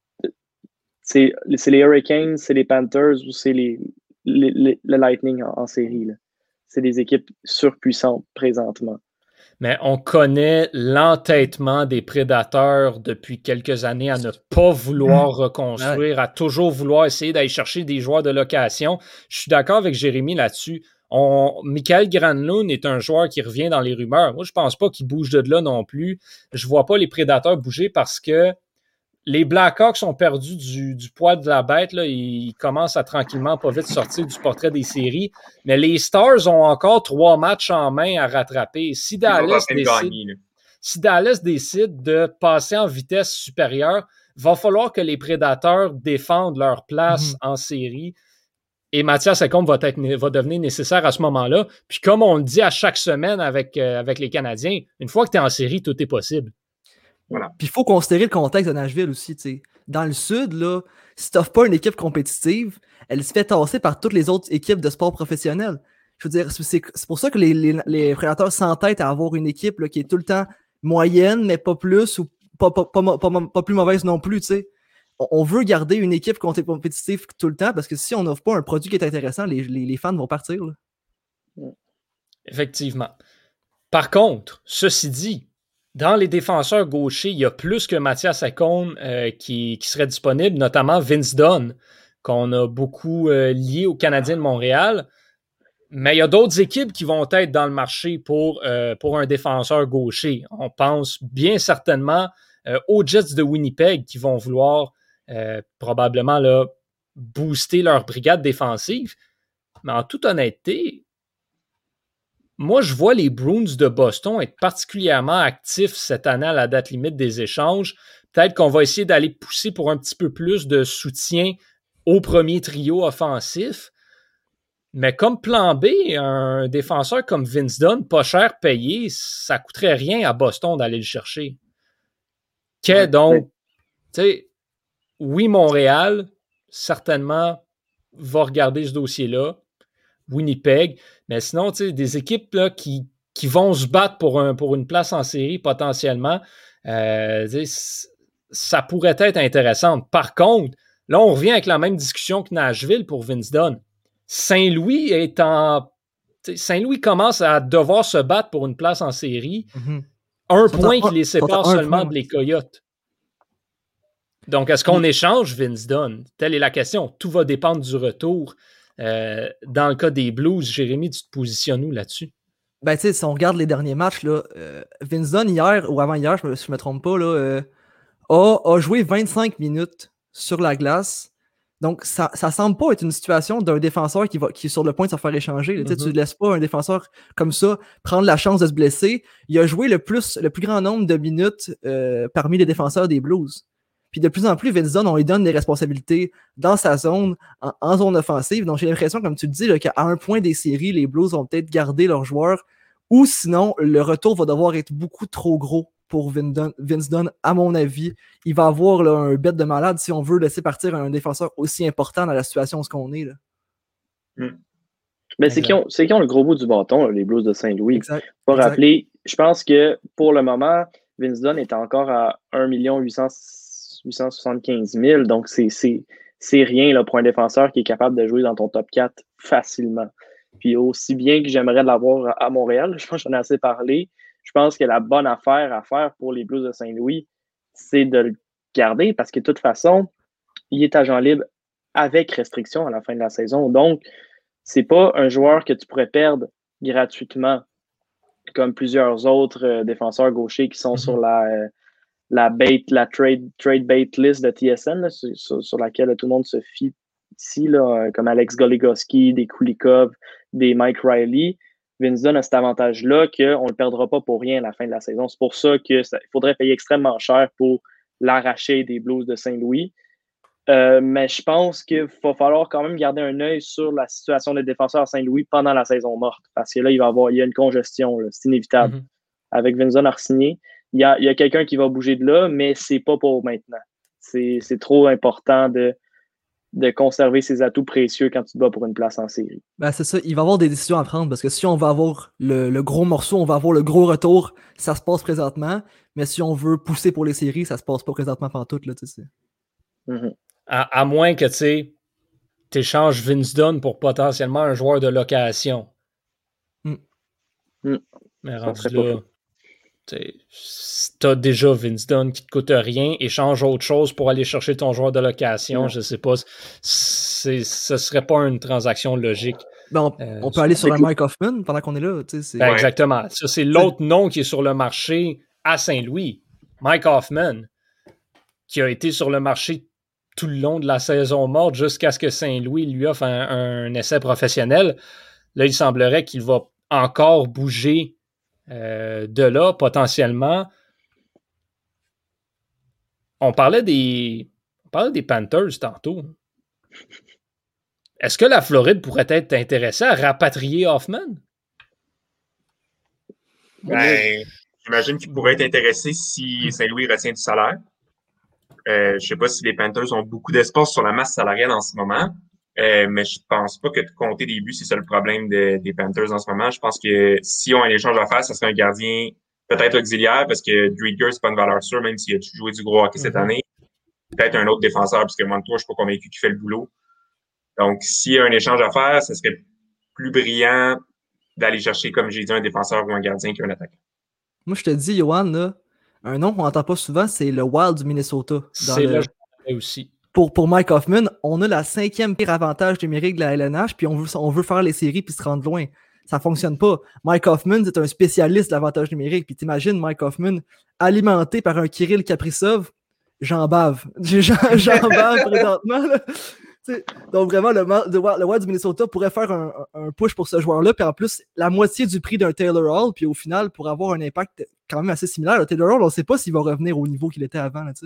les Hurricanes, c'est les Panthers ou c'est le Lightning en série. Là. C'est des équipes surpuissantes présentement. Mais on connaît l'entêtement des Prédateurs depuis quelques années à ne pas vouloir reconstruire, à toujours vouloir essayer d'aller chercher des joueurs de location. Je suis d'accord avec Jérémy là-dessus. Michael Granlund est un joueur qui revient dans les rumeurs. Moi, je pense pas qu'il bouge de là non plus. Je vois pas les Prédateurs bouger parce que les Blackhawks ont perdu du poids de la bête. Là. Ils commencent à tranquillement, pas vite, sortir du portrait des séries. Mais les Stars ont encore 3 matchs en main à rattraper. Si Dallas décide de passer en vitesse supérieure, il va falloir que les Prédateurs défendent leur place en série. Et Mathias Ekholm va devenir nécessaire à ce moment-là. Puis comme on le dit à chaque semaine avec les Canadiens, une fois que tu es en série, tout est possible. Voilà. Puis il faut considérer le contexte de Nashville aussi. T'sais. Dans le sud, là, si tu n'offres pas une équipe compétitive, elle se fait tasser par toutes les autres équipes de sport professionnel. Je veux dire, c'est pour ça que les Prédateurs s'entêtent à avoir une équipe là, qui est tout le temps moyenne, mais pas plus ou pas plus mauvaise non plus. T'sais. On veut garder une équipe compétitive tout le temps parce que si on n'offre pas un produit qui est intéressant, les fans vont partir. Là. Effectivement. Par contre, ceci dit, dans les défenseurs gauchers, il y a plus que Mathias Ekholm qui serait disponible, notamment Vince Dunn, qu'on a beaucoup lié aux Canadiens de Montréal. Mais il y a d'autres équipes qui vont être dans le marché pour un défenseur gaucher. On pense bien certainement aux Jets de Winnipeg qui vont vouloir probablement là, booster leur brigade défensive. Mais en toute honnêteté, moi, je vois les Bruins de Boston être particulièrement actifs cette année à la date limite des échanges. Peut-être qu'on va essayer d'aller pousser pour un petit peu plus de soutien au premier trio offensif. Mais comme plan B, un défenseur comme Vince Dunn, pas cher payé, ça coûterait rien à Boston d'aller le chercher. Donc, tu sais, oui, Montréal, certainement, va regarder ce dossier-là. Winnipeg. Mais sinon, tu sais, des équipes là, qui vont se battre pour une place en série potentiellement, ça pourrait être intéressant. Par contre, là, on revient avec la même discussion que Nashville pour Vince Dunn. Saint-Louis commence à devoir se battre pour une place en série. Mm-hmm. Un point qui les sépare seulement des Coyotes. Donc, est-ce qu'on échange Vince Dunn? Telle est la question. Tout va dépendre du retour. Dans le cas des Blues, Jérémy, tu te positionnes où là-dessus? Ben, tu sais, si on regarde les derniers matchs, là, Vince Dunn, hier ou avant-hier, si je me trompe pas, là, a joué 25 minutes sur la glace. Donc, ça semble pas être une situation d'un défenseur qui est sur le point de se faire échanger. Mm-hmm. Tu ne laisses pas un défenseur comme ça prendre la chance de se blesser. Il a joué le plus grand nombre de minutes parmi les défenseurs des Blues. Puis de plus en plus, Vince Dunn, on lui donne des responsabilités dans sa zone, en zone offensive. Donc j'ai l'impression, comme tu le dis, là, qu'à un point des séries, les Blues vont peut-être garder leurs joueurs. Ou sinon, le retour va devoir être beaucoup trop gros pour Vince Dunn, à mon avis. Il va avoir là, un bet de malade si on veut laisser partir un défenseur aussi important dans la situation où on est. Là. Ben, c'est qui ont le gros bout du bâton, là, les Blues de Saint-Louis. Exact. Pour rappeler, je pense que pour le moment, Vince Dunn est encore à 1 875 000. Donc, c'est rien là, pour un défenseur qui est capable de jouer dans ton top 4 facilement. Puis aussi bien que j'aimerais l'avoir à Montréal, je pense que j'en ai assez parlé, je pense que la bonne affaire à faire pour les Blues de Saint-Louis, c'est de le garder parce que de toute façon, il est agent libre avec restriction à la fin de la saison. Donc, c'est pas un joueur que tu pourrais perdre gratuitement comme plusieurs autres défenseurs gauchers qui sont sur la trade bait list de TSN, là, sur laquelle tout le monde se fie ici, là, comme Alex Goligoski, des Kulikov, des Mike Riley. Vince Dunn a cet avantage-là qu'on ne le perdra pas pour rien à la fin de la saison. C'est pour ça qu'il faudrait payer extrêmement cher pour l'arracher des Blues de Saint-Louis. Mais je pense qu'il va falloir quand même garder un œil sur la situation des défenseurs à Saint-Louis pendant la saison morte. Parce que là, il y a une congestion, là, c'est inévitable. Mm-hmm. Avec Vince Dunn signé, il y a quelqu'un qui va bouger de là, mais c'est pas pour maintenant. C'est trop important de conserver ses atouts précieux quand tu te bats pour une place en série. Ben c'est ça, il va y avoir des décisions à prendre parce que si on va avoir le gros morceau, on va avoir le gros retour, ça se passe présentement, mais si on veut pousser pour les séries, ça se passe pas présentement pantoute, là, tu sais. Mm-hmm. À moins que tu échanges Vince Dunn pour potentiellement un joueur de location. Mais rendu là, si tu as déjà Vince Dunn qui te coûte rien, échange autre chose pour aller chercher ton joueur de location, je sais pas, ce serait pas une transaction logique. Ben on peut aller sur un Mike Hoffman pendant qu'on est là. Exactement. Ça, c'est l'autre nom qui est sur le marché à Saint-Louis. Mike Hoffman, qui a été sur le marché tout le long de la saison morte jusqu'à ce que Saint-Louis lui offre un essai professionnel. Là, il semblerait qu'il va encore bouger de là, potentiellement. On parlait des Panthers tantôt. Est-ce que la Floride pourrait être intéressée à rapatrier Hoffman? Ben, j'imagine qu'il pourrait être intéressé si Saint-Louis retient du salaire. Je ne sais pas si les Panthers ont beaucoup d'espace sur la masse salariale en ce moment, mais je pense pas que de compter des buts, c'est ça le problème des Panthers en ce moment. Je pense que si on a un échange à faire, ça serait un gardien peut-être auxiliaire parce que Driedger, c'est pas une valeur sûre, même s'il a joué du gros hockey cette année. Peut-être un autre défenseur, parce que Montour, je suis pas convaincu qu'il fait le boulot. Donc, s'il y a un échange à faire, ça serait plus brillant d'aller chercher, comme j'ai dit, un défenseur ou un gardien qu'un attaquant. Moi, je te dis, Johan, là, un nom qu'on n'entend pas souvent, c'est le Wild du Minnesota. C'est là aussi. Pour Mike Hoffman, on a la 5e pire avantage numérique de la LNH, puis on veut faire les séries puis se rendre loin. Ça fonctionne pas. Mike Hoffman, c'est un spécialiste de l'avantage numérique. Puis t'imagines Mike Hoffman alimenté par un Kirill Kaprizov, j'en bave. J'en bave présentement. Là. Donc vraiment, le Wild du Minnesota pourrait faire un push pour ce joueur-là, puis en plus, la moitié du prix d'un Taylor Hall, puis au final, pour avoir un impact quand même assez similaire. Le Taylor Hall, on ne sait pas s'il va revenir au niveau qu'il était avant. Là,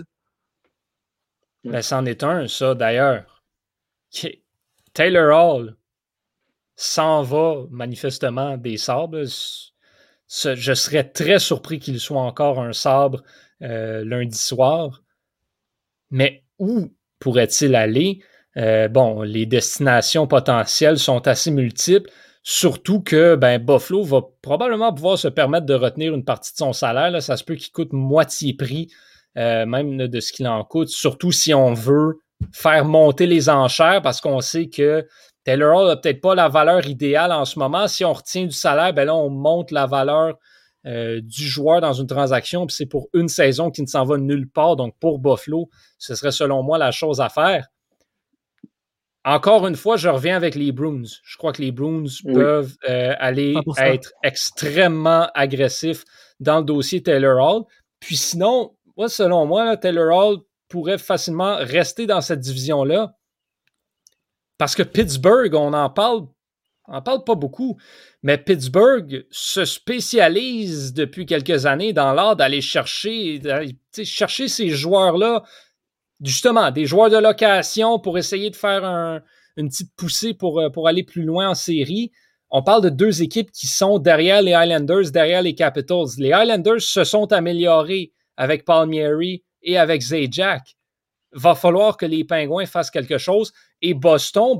ben, c'en est un, ça, d'ailleurs. Taylor Hall, s'en va manifestement des Sabres. Je serais très surpris qu'il soit encore un Sabre lundi soir. Mais où pourrait-il aller? Les destinations potentielles sont assez multiples, surtout que Buffalo va probablement pouvoir se permettre de retenir une partie de son salaire. Là. Ça se peut qu'il coûte moitié prix, même de ce qu'il en coûte, surtout si on veut faire monter les enchères, parce qu'on sait que Taylor Hall n'a peut-être pas la valeur idéale en ce moment. Si on retient du salaire, là, on monte la valeur du joueur dans une transaction, puis c'est pour une saison qui ne s'en va nulle part. Donc, pour Buffalo, ce serait selon moi la chose à faire. Encore une fois, je reviens avec les Bruins. Je crois que les Bruins peuvent aller 100%. Être extrêmement agressifs dans le dossier Taylor Hall. Puis sinon, selon moi, là, Taylor Hall pourrait facilement rester dans cette division-là. Parce que Pittsburgh, on en parle pas beaucoup, mais Pittsburgh se spécialise depuis quelques années dans l'art d'aller chercher ces joueurs-là, justement, des joueurs de location pour essayer de faire une petite poussée pour aller plus loin en série. On parle de deux équipes qui sont derrière les Islanders, derrière les Capitals. Les Islanders se sont améliorés avec Palmieri et avec Zajac. Va falloir que les Pingouins fassent quelque chose. Et Boston,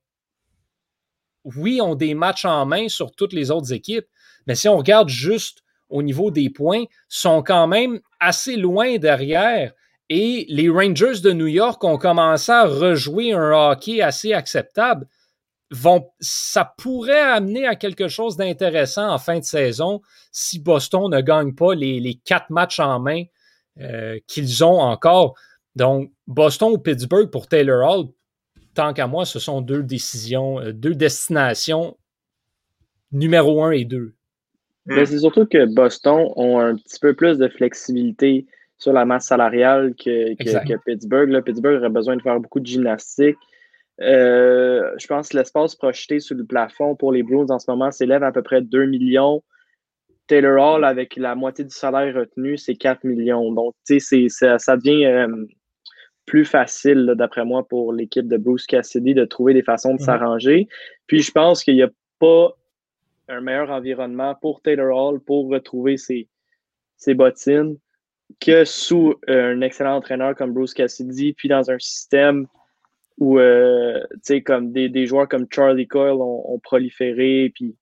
oui, ont des matchs en main sur toutes les autres équipes, mais si on regarde juste au niveau des points, sont quand même assez loin derrière. Et les Rangers de New York ont commencé à rejouer un hockey assez acceptable. Ça pourrait amener à quelque chose d'intéressant en fin de saison si Boston ne gagne pas les 4 matchs en main qu'ils ont encore. Donc, Boston ou Pittsburgh pour Taylor Hall, tant qu'à moi, ce sont deux destinations numéro 1 et 2. Mais c'est surtout que Boston ont un petit peu plus de flexibilité sur la masse salariale que Pittsburgh. Là, Pittsburgh aurait besoin de faire beaucoup de gymnastique. Je pense que l'espace projeté sur le plafond pour les Bruins en ce moment s'élève à peu près 2 millions. Taylor Hall, avec la moitié du salaire retenu, c'est 4 millions. Donc, tu sais, ça devient plus facile, là, d'après moi, pour l'équipe de Bruce Cassidy de trouver des façons de s'arranger. Puis, je pense qu'il n'y a pas un meilleur environnement pour Taylor Hall pour retrouver ses bottines que sous un excellent entraîneur comme Bruce Cassidy, puis dans un système où, tu sais, comme des joueurs comme Charlie Coyle ont proliféré, puis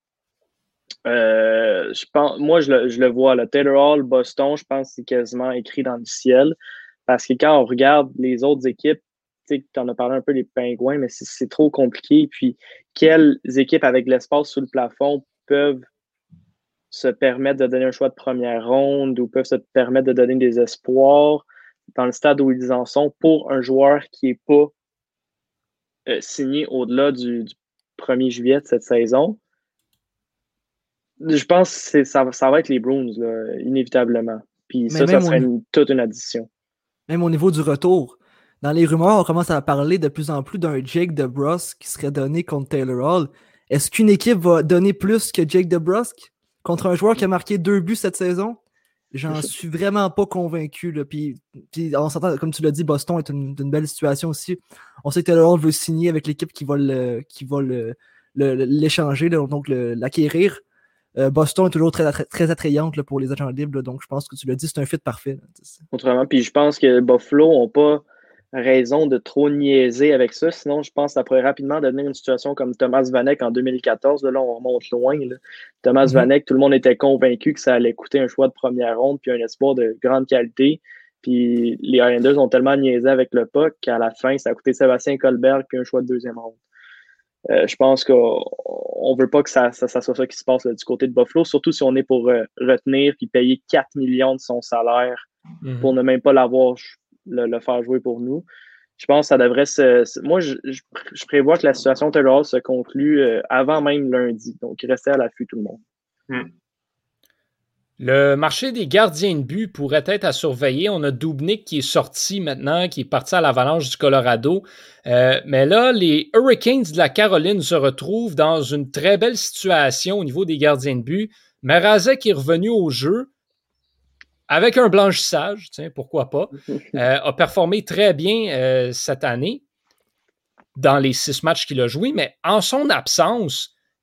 je le vois, là, Taylor Hall, Boston, je pense que c'est quasiment écrit dans le ciel, parce que quand on regarde les autres équipes, tu sais, tu en as parlé un peu des Pingouins, mais c'est trop compliqué, puis quelles équipes avec l'espace sous le plafond peuvent se permettre de donner un choix de première ronde ou peuvent se permettre de donner des espoirs dans le stade où ils en sont pour un joueur qui n'est pas signé au-delà du 1er juillet de cette saison. Je pense que ça va être les Bruins, là, inévitablement. Puis ça serait toute une addition. Même au niveau du retour, dans les rumeurs, on commence à parler de plus en plus d'un Jake DeBrusk qui serait donné contre Taylor Hall. Est-ce qu'une équipe va donner plus que Jake DeBrusk contre un joueur qui a marqué 2 buts cette saison? J'en suis vraiment pas convaincu. Là. Puis on s'entend, comme tu l'as dit, Boston est d'une belle situation aussi. On sait que Taylor Hall veut signer avec l'équipe qui va l'échanger, donc l'acquérir. Boston est toujours très, très attrayante là, pour les agents libres, là, donc je pense que tu l'as dit, c'est un fit parfait. Là. Autrement, puis je pense que Buffalo n'ont pas raison de trop niaiser avec ça, sinon je pense que ça pourrait rapidement devenir une situation comme Thomas Vanek en 2014, là on remonte loin. Là. Thomas Vanek, tout le monde était convaincu que ça allait coûter un choix de première ronde puis un espoir de grande qualité, puis les Islanders ont tellement niaisé avec le puck qu'à la fin, ça a coûté Sébastien Colberg puis un choix de deuxième ronde. Je pense qu'on ne veut pas que ça soit ça qui se passe là, du côté de Buffalo, surtout si on est pour retenir puis payer 4 millions de son salaire pour ne même pas l'avoir le faire jouer pour nous. Je pense que ça devrait moi, je prévois que la situation Taylor Hall se conclue avant même lundi. Donc, restez à l'affût tout le monde. Le marché des gardiens de but pourrait être à surveiller. On a Dubnyk qui est sorti maintenant, qui est parti à l'Avalanche du Colorado. Mais là, les Hurricanes de la Caroline se retrouvent dans une très belle situation au niveau des gardiens de but. Mrazek est revenu au jeu avec un blanchissage, tiens, pourquoi pas. A performé très bien cette année dans les 6 matchs qu'il a joués, mais en son absence,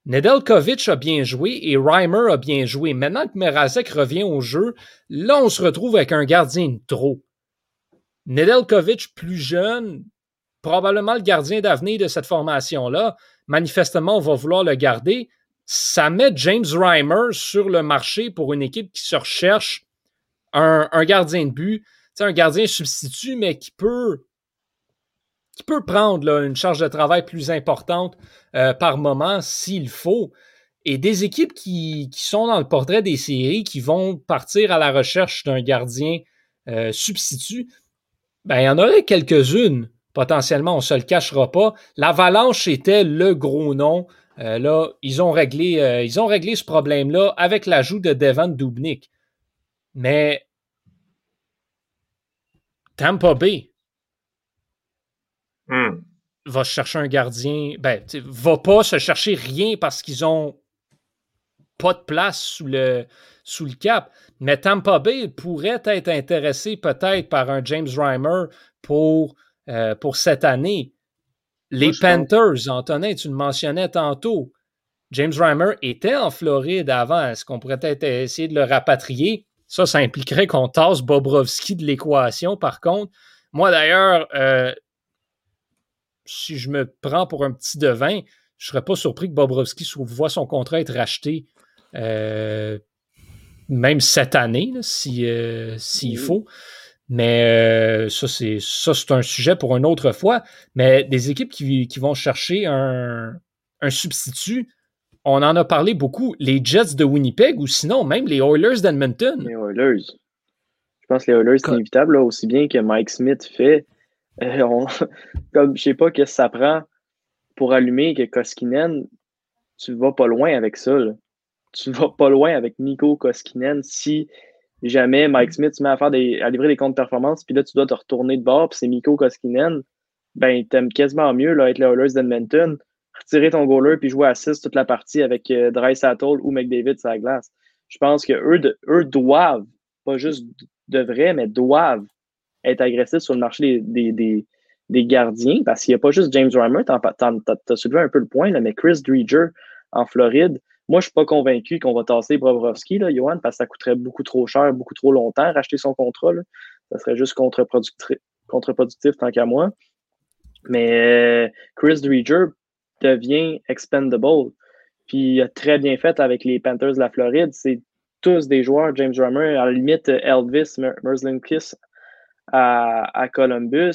Nedeljkovic a bien joué et Reimer a bien joué. Maintenant que Mrazek revient au jeu, là, on se retrouve avec un gardien de trop. Nedeljkovic, plus jeune, probablement le gardien d'avenir de cette formation-là. Manifestement, on va vouloir le garder. Ça met James Reimer sur le marché pour une équipe qui se recherche un gardien de but. T'sais, un gardien substitut, mais qui peut prendre là, une charge de travail plus importante par moment s'il faut. Et des équipes qui sont dans le portrait des séries, qui vont partir à la recherche d'un gardien substitut, ben, il y en aurait quelques-unes, potentiellement, on ne se le cachera pas. L'Avalanche était le gros nom. Là, ils ont réglé ce problème-là avec l'ajout de Devan Dubnyk. Mais Tampa Bay va chercher un gardien. Ben, va pas se chercher rien parce qu'ils ont pas de place sous le cap. Mais Tampa Bay pourrait être intéressé peut-être par un James Reimer pour cette année. Les Panthers, Antonin, tu le mentionnais tantôt. James Reimer était en Floride avant. Est-ce qu'on pourrait peut-être essayer de le rapatrier? Ça impliquerait qu'on tasse Bobrovsky de l'équation, par contre. Moi, d'ailleurs, si je me prends pour un petit devin, je ne serais pas surpris que Bobrovsky voit son contrat être racheté même cette année, là, s'il faut. Mais ça, c'est un sujet pour une autre fois. Mais des équipes qui vont chercher un substitut, on en a parlé beaucoup. Les Jets de Winnipeg ou sinon même les Oilers d'Edmonton. Les Oilers. Je pense que les Oilers, c'est inévitable, là, aussi bien que Mike Smith fait. Comme je sais pas ce que ça prend pour allumer que Koskinen, tu vas pas loin avec ça. Là. Tu vas pas loin avec Mikko Koskinen si jamais Mike Smith se met à livrer des contre-performances, puis là, tu dois te retourner de bord, puis c'est Mikko Koskinen, ben, t'aimes quasiment mieux là, être les Oilers d'Edmonton, retirer ton goaler, puis jouer à 6 toute la partie avec Draisaitl ou McDavid sur la glace. Je pense qu'eux doivent, pas juste devraient, mais doivent être agressifs sur le marché des gardiens, parce qu'il n'y a pas juste James Reimer, t'as soulevé un peu le point, là, mais Chris Driedger en Floride, moi, je ne suis pas convaincu qu'on va tasser Bobrovsky, là, Johan, parce que ça coûterait beaucoup trop cher, beaucoup trop longtemps racheter son contrat. Là. Ça serait juste contre-productif tant qu'à moi. Mais Chris Driedger devient expendable. Puis il a très bien fait avec les Panthers de la Floride. C'est tous des joueurs, James Reimer, à la limite Elvis Merzlikins à Columbus.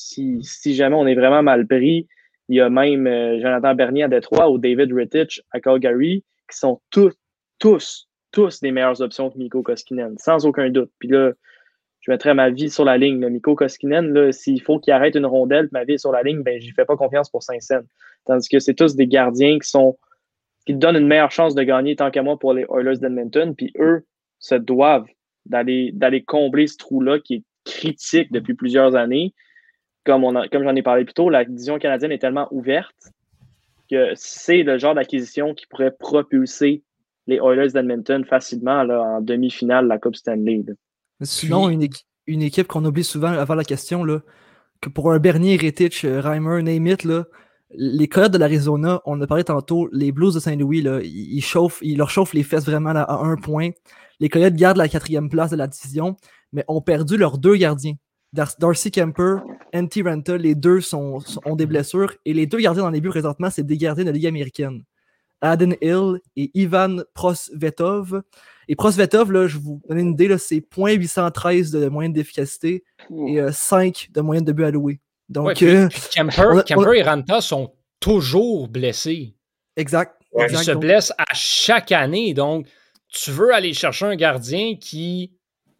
Si jamais on est vraiment mal pris, il y a même Jonathan Bernier à Détroit ou David Rittich à Calgary qui sont tous des meilleures options que Mikko Koskinen, sans aucun doute. Puis là, je mettrais ma vie sur la ligne. Mikko Koskinen, s'il faut qu'il arrête une rondelle, ma vie est sur la ligne, ben j'y fais pas confiance pour Saint-Saëns. Tandis que c'est tous des gardiens qui donnent une meilleure chance de gagner tant qu'à moi pour les Oilers d'Edmonton. Puis eux se doivent d'aller combler ce trou-là qui est critique depuis plusieurs années. Comme j'en ai parlé plus tôt, la division canadienne est tellement ouverte que c'est le genre d'acquisition qui pourrait propulser les Oilers d'Edmonton facilement là, en demi-finale de la Coupe Stanley. Là. Sinon, une équipe qu'on oublie souvent avant la question, là, que pour un Bernier, Rittich, Reimer, name it, là, les Coyotes de l'Arizona, on a parlé tantôt, les Blues de Saint-Louis, là, ils leur chauffent les fesses vraiment là, à un point. Les Coyotes gardent la 4e place de la division, mais ont perdu leurs 2 gardiens. Darcy Kemper, Antti Raanta, les deux ont des blessures. Et les 2 gardiens dans les buts présentement, c'est des gardiens de la Ligue américaine. Adin Hill et Ivan Prosvetov. Et Prosvetov, là, je vous donne une idée, là, c'est 0.813 de moyenne d'efficacité et 5 de moyenne de but alloué. Donc, puis Kemper et Raanta sont toujours blessés. Exact. Ils se blessent à chaque année. Donc, tu veux aller chercher un gardien qui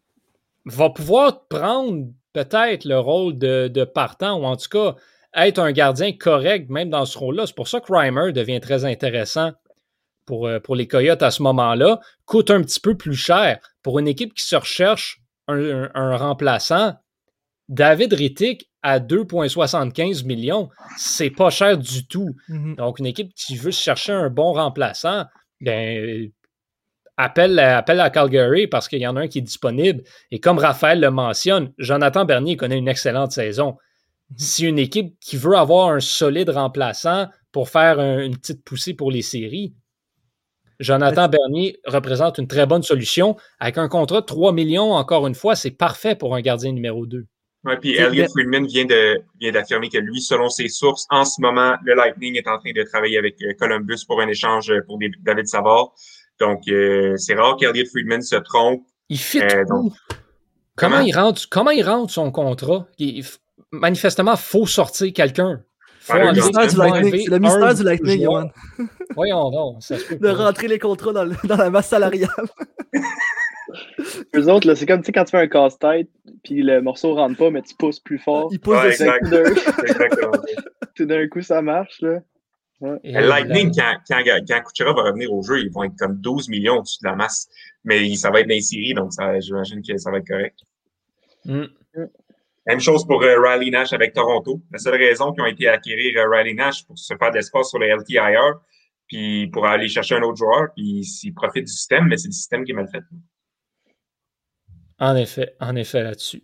va pouvoir prendre peut-être le rôle de partant, ou en tout cas être un gardien correct même dans ce rôle-là. C'est pour ça que Reimer devient très intéressant pour les Coyotes à ce moment-là. Coûte un petit peu plus cher. Pour une équipe qui se recherche un remplaçant, David Rittich à 2,75 millions, c'est pas cher du tout. Mm-hmm. Donc, une équipe qui veut se chercher un bon remplaçant, ben appelle à Calgary parce qu'il y en a un qui est disponible. Et comme Raphaël le mentionne, Jonathan Bernier connaît une excellente saison. Si une équipe qui veut avoir un solide remplaçant pour faire une petite poussée pour les séries, Jonathan Bernier représente une très bonne solution. Avec un contrat de 3 millions, encore une fois, c'est parfait pour un gardien numéro 2. Ouais, puis Elliot Friedman vient d'affirmer que lui, selon ses sources, en ce moment, le Lightning est en train de travailler avec Columbus pour un échange pour David Savard. Donc, c'est rare qu'Elliot Friedman se trompe. Il fit où? Comment il rentre son contrat? Manifestement, il faut sortir quelqu'un. C'est le mystère du Lightning, Johan. Voyons donc. Ça se peut de rentrer les contrats dans la masse salariale. Eux autres, là, c'est comme quand tu fais un casse-tête, puis le morceau rentre pas, mais tu pousses plus fort. Il pousse exactement. Tout d'un coup, ça marche, là. Ouais. Le Lightning, quand Kucherov va revenir au jeu, ils vont être comme 12 millions au-dessus de la masse. Mais ça va être dans les séries, donc j'imagine que ça va être correct. Même chose pour Riley Nash avec Toronto. La seule raison qu'ils ont été à acquérir Riley Nash pour se faire de l'espace sur le LTIR, puis pour aller chercher un autre joueur, puis s'ils profitent du système, mais c'est le système qui est mal fait. En effet là-dessus.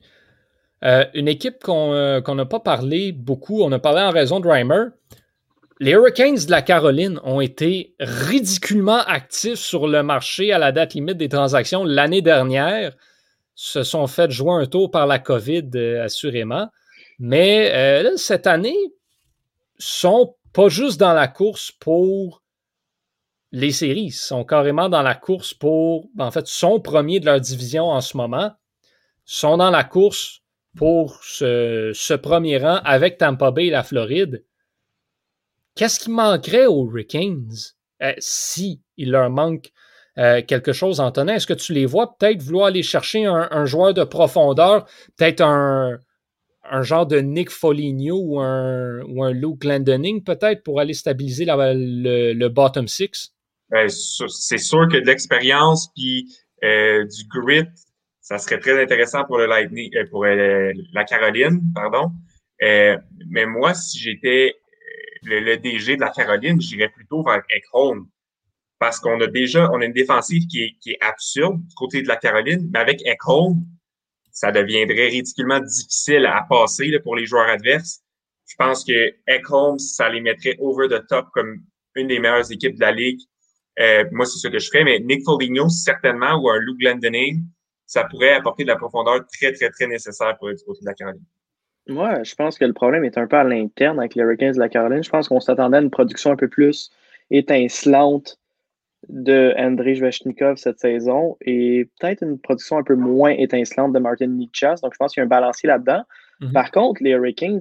Une équipe qu'on n'a pas parlé beaucoup, on a parlé en raison de Reimer. Les Hurricanes de la Caroline ont été ridiculement actifs sur le marché à la date limite des transactions l'année dernière. Se sont fait jouer un tour par la COVID, assurément. Mais là, cette année, sont pas juste dans la course pour les séries. Ils sont carrément dans la course pour... En fait, sont premiers de leur division en ce moment. Sont dans la course pour ce premier rang avec Tampa Bay et la Floride. Qu'est-ce qui manquerait aux Hurricanes si il leur manque quelque chose, Antonin? Est-ce que tu les vois peut-être vouloir aller chercher un joueur de profondeur, peut-être un genre de Nick Foligno ou un Luke Glendening, peut-être, pour aller stabiliser le bottom six? C'est sûr que de l'expérience puis du grit, ça serait très intéressant pour le Lightning, pour la Caroline, pardon. Mais moi, si j'étais le DG de la Caroline, j'irais plutôt vers Ekholm. Parce qu'on a une défensive qui est absurde du côté de la Caroline, mais avec Ekholm, ça deviendrait ridiculement difficile à passer là, pour les joueurs adverses. Je pense que Ekholm, ça les mettrait over the top comme une des meilleures équipes de la Ligue. Moi, c'est ce que je ferais, mais Nick Foligno, certainement, ou un Lou Glendening, ça pourrait apporter de la profondeur très, très, très nécessaire pour du côté de la Caroline. Moi, je pense que le problème est un peu à l'interne avec les Hurricanes de la Caroline. Je pense qu'on s'attendait à une production un peu plus étincelante de Andrei Svechnikov cette saison et peut-être une production un peu moins étincelante de Martin Necas. Donc, je pense qu'il y a un balancier là-dedans. Mm-hmm. Par contre, les Hurricanes,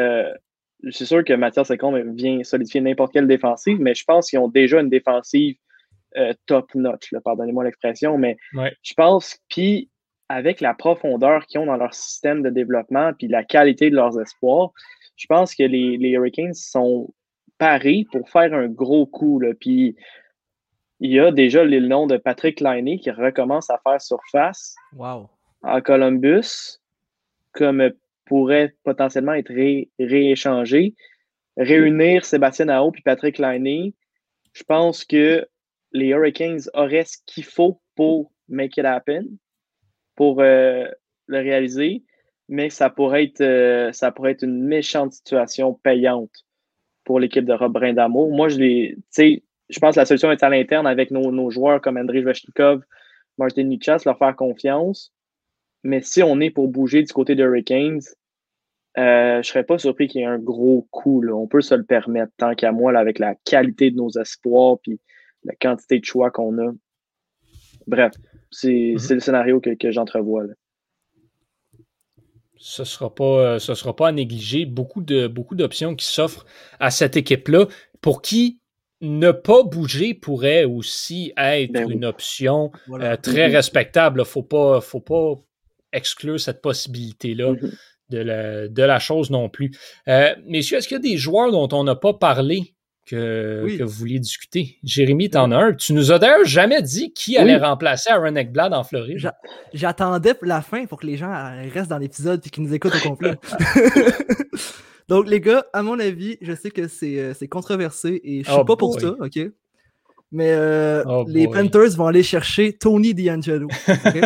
c'est sûr que Mathias Ekholm vient solidifier n'importe quelle défensive, mais je pense qu'ils ont déjà une défensive top-notch, pardonnez-moi l'expression, mais je pense, puis avec la profondeur qu'ils ont dans leur système de développement puis la qualité de leurs espoirs, je pense que les Hurricanes sont parés pour faire un gros coup. Puis il y a déjà le nom de Patrick Laine qui recommence à faire surface en Columbus, comme pourrait potentiellement être rééchangé. Réunir Sébastien Aho puis Patrick Laine, je pense que les Hurricanes auraient ce qu'il faut pour make it happen, pour le réaliser, mais ça pourrait être une méchante situation payante pour l'équipe de Rob Brindamour. Moi, je pense que la solution est à l'interne avec nos joueurs comme Andrei Svechnikov, Martin Necas, leur faire confiance. Mais si on est pour bouger du côté des Hurricanes, je ne serais pas surpris qu'il y ait un gros coup. Là. On peut se le permettre, tant qu'à moi, là, avec la qualité de nos espoirs et la quantité de choix qu'on a. Bref, c'est le scénario que j'entrevois. Là. Ce sera pas à négliger. Beaucoup d'options qui s'offrent à cette équipe-là, pour qui ne pas bouger pourrait aussi être une option très respectable. Faut pas exclure cette possibilité-là de la chose non plus. Messieurs, est-ce qu'il y a des joueurs dont on n'a pas parlé que vous vouliez discuter? Jérémy, t'en as un. Tu nous as d'ailleurs jamais dit qui allait remplacer Aaron Ekblad en Floride. J'attendais la fin pour que les gens restent dans l'épisode et qu'ils nous écoutent au complet. Donc, les gars, à mon avis, je sais que c'est controversé et je suis pas pour ça, OK? Mais les Panthers vont aller chercher Tony DeAngelo. Okay?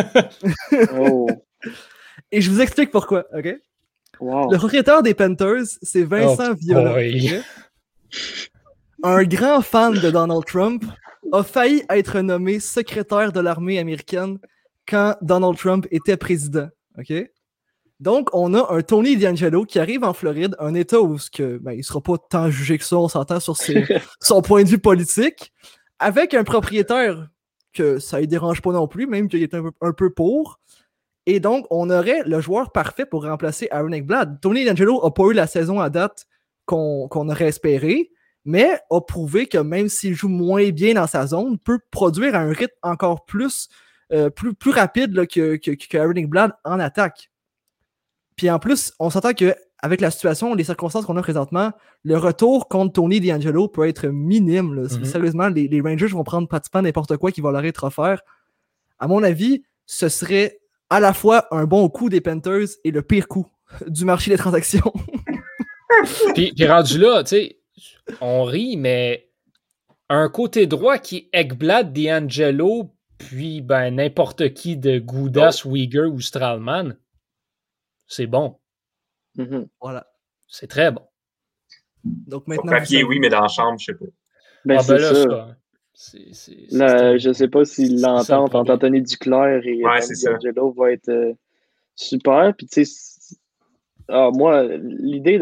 Et je vous explique pourquoi, OK? Wow. Le propriétaire des Panthers, c'est Vincent Viola. Okay? un grand fan de Donald Trump a failli être nommé secrétaire de l'armée américaine quand Donald Trump était président. OK? Donc, on a un Tony D'Angelo qui arrive en Floride, un État où il ne sera pas tant jugé que ça, on s'entend sur son point de vue politique, avec un propriétaire que ça ne dérange pas non plus, même qu'il est un peu pour. Et donc, on aurait le joueur parfait pour remplacer Aaron Ekblad. Tony D'Angelo n'a pas eu la saison à date qu'on aurait espéré, mais a prouvé que même s'il joue moins bien dans sa zone, peut produire à un rythme encore plus rapide là, que Aaron Ekblad en attaque. Puis en plus, on s'entend qu'avec la situation, les circonstances qu'on a présentement, le retour contre Tony D'Angelo peut être minime. Là. Sérieusement, les Rangers vont prendre pratiquement n'importe quoi qui va leur être offert. À mon avis, ce serait à la fois un bon coup des Panthers et le pire coup du marché des transactions. puis rendu là, tu sais, on rit, mais un côté droit qui est Ekblad, D'Angelo, puis n'importe qui de Goudas, Weegar ou Stralman, c'est bon. Voilà. C'est très bon. Donc maintenant, sur papier, oui, mais dans la chambre, je sais pas. Ben, c'est là, ça. Là, je sais pas si l'entente entre Anthony Duclair et D'Angelo va être super. Puis tu sais, moi, l'idée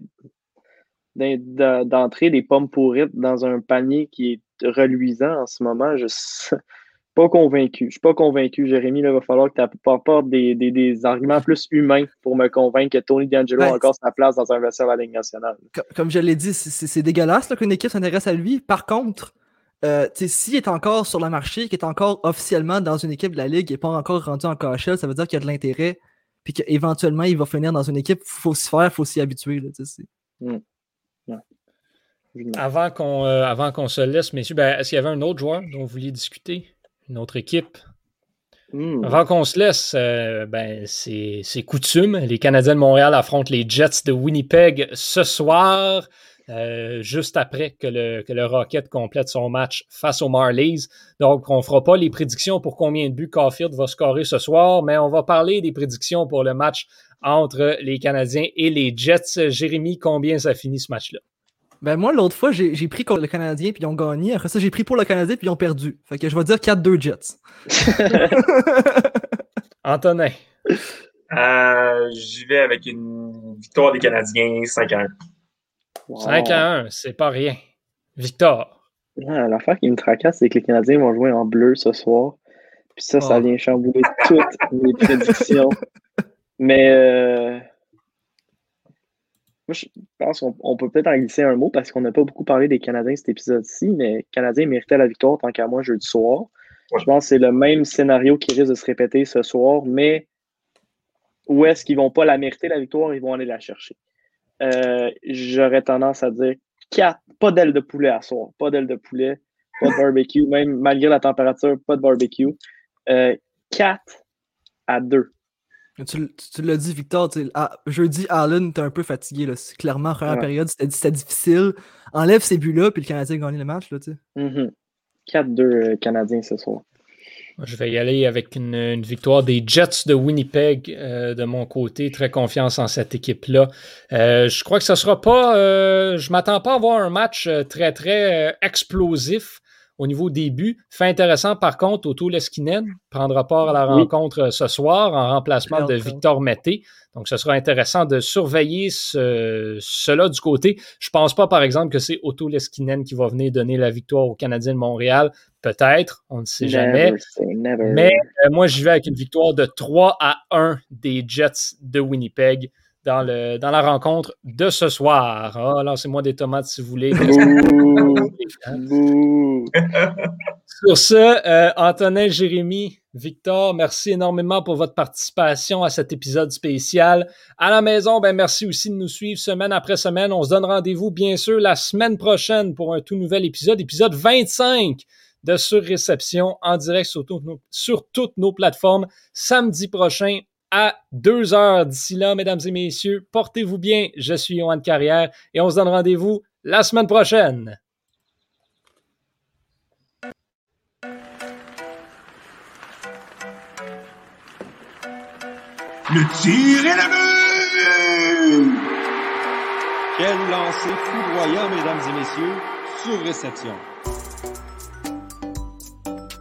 d'entrer des pommes pourrites dans un panier qui est reluisant en ce moment, je suis pas convaincu. Je suis pas convaincu, Jérémy. Il va falloir que tu apportes des arguments plus humains pour me convaincre que Tony D'Angelo a encore sa place dans un vestiaire de la Ligue nationale. Comme je l'ai dit, c'est dégueulasse là, qu'une équipe s'intéresse à lui. Par contre, s'il est encore sur le marché, qu'il est encore officiellement dans une équipe de la Ligue et pas encore rendu en KHL, ça veut dire qu'il y a de l'intérêt puis qu'éventuellement, il va finir dans une équipe. Il faut s'y faire, il faut s'y habituer. Là, Avant qu'on se laisse, messieurs, est-ce qu'il y avait un autre joueur dont vous vouliez discuter? Une autre équipe? Avant qu'on se laisse, c'est coutume. Les Canadiens de Montréal affrontent les Jets de Winnipeg ce soir, juste après que le Rocket complète son match face aux Marlies. Donc, on ne fera pas les prédictions pour combien de buts Caulfield va scorer ce soir, mais on va parler des prédictions pour le match entre les Canadiens et les Jets. Jérémy, combien ça finit ce match-là? Moi, l'autre fois, j'ai pris contre le Canadien puis ils ont gagné. Après ça, j'ai pris pour le Canadien puis ils ont perdu. Fait que je vais dire 4-2 Jets. Antonin. J'y vais avec une victoire des Canadiens 5-1. Wow. 5-1, c'est pas rien. Victor. L'affaire qui me tracasse, c'est que les Canadiens vont jouer en bleu ce soir. Puis ça vient chambouler toutes mes prédictions. Mais moi, je pense qu'on peut peut-être en glisser un mot parce qu'on n'a pas beaucoup parlé des Canadiens cet épisode-ci, mais les Canadiens méritaient la victoire tant qu'à moi jeudi soir. Ouais. Je pense que c'est le même scénario qui risque de se répéter ce soir, mais où est-ce qu'ils ne vont pas la mériter, la victoire, ils vont aller la chercher. J'aurais tendance à dire 4, pas d'aile de poulet à soir, pas d'aile de poulet, pas de barbecue, même malgré la température, pas de barbecue. 4-2. Tu l'as dit, Victor, jeudi, Allen, t'es un peu fatigué. Là. Clairement, en première période, c'était difficile. Enlève ces buts-là, puis le Canadien a gagné le match. Là, 4-2 Canadiens ce soir. Je vais y aller avec une victoire des Jets de Winnipeg de mon côté. Très confiance en cette équipe-là. Je crois que ce ne sera pas... je ne m'attends pas à avoir un match très, très explosif au niveau des buts. Fait intéressant, par contre, Otto Leskinen prendra part à la rencontre ce soir en remplacement de Victor Mété. Donc, ce sera intéressant de surveiller cela du côté. Je ne pense pas, par exemple, que c'est Otto Leskinen qui va venir donner la victoire aux Canadiens de Montréal. Peut-être, on ne sait jamais. Mais moi, j'y vais avec une victoire de 3-1 des Jets de Winnipeg dans la rencontre de ce soir. Lancez-moi des tomates si vous voulez. Sur ce, Antonin, Jérémy, Victor, merci énormément pour votre participation à cet épisode spécial. À la maison, merci aussi de nous suivre semaine après semaine. On se donne rendez-vous, bien sûr, la semaine prochaine pour un tout nouvel épisode 25 de Sur-Réception en direct sur toutes nos plateformes, samedi prochain à 2h. D'ici là, mesdames et messieurs, portez-vous bien. Je suis Yoann Carrière et on se donne rendez-vous la semaine prochaine. Le tir est le but! Quel lancer foudroyant, mesdames et messieurs. sur réception.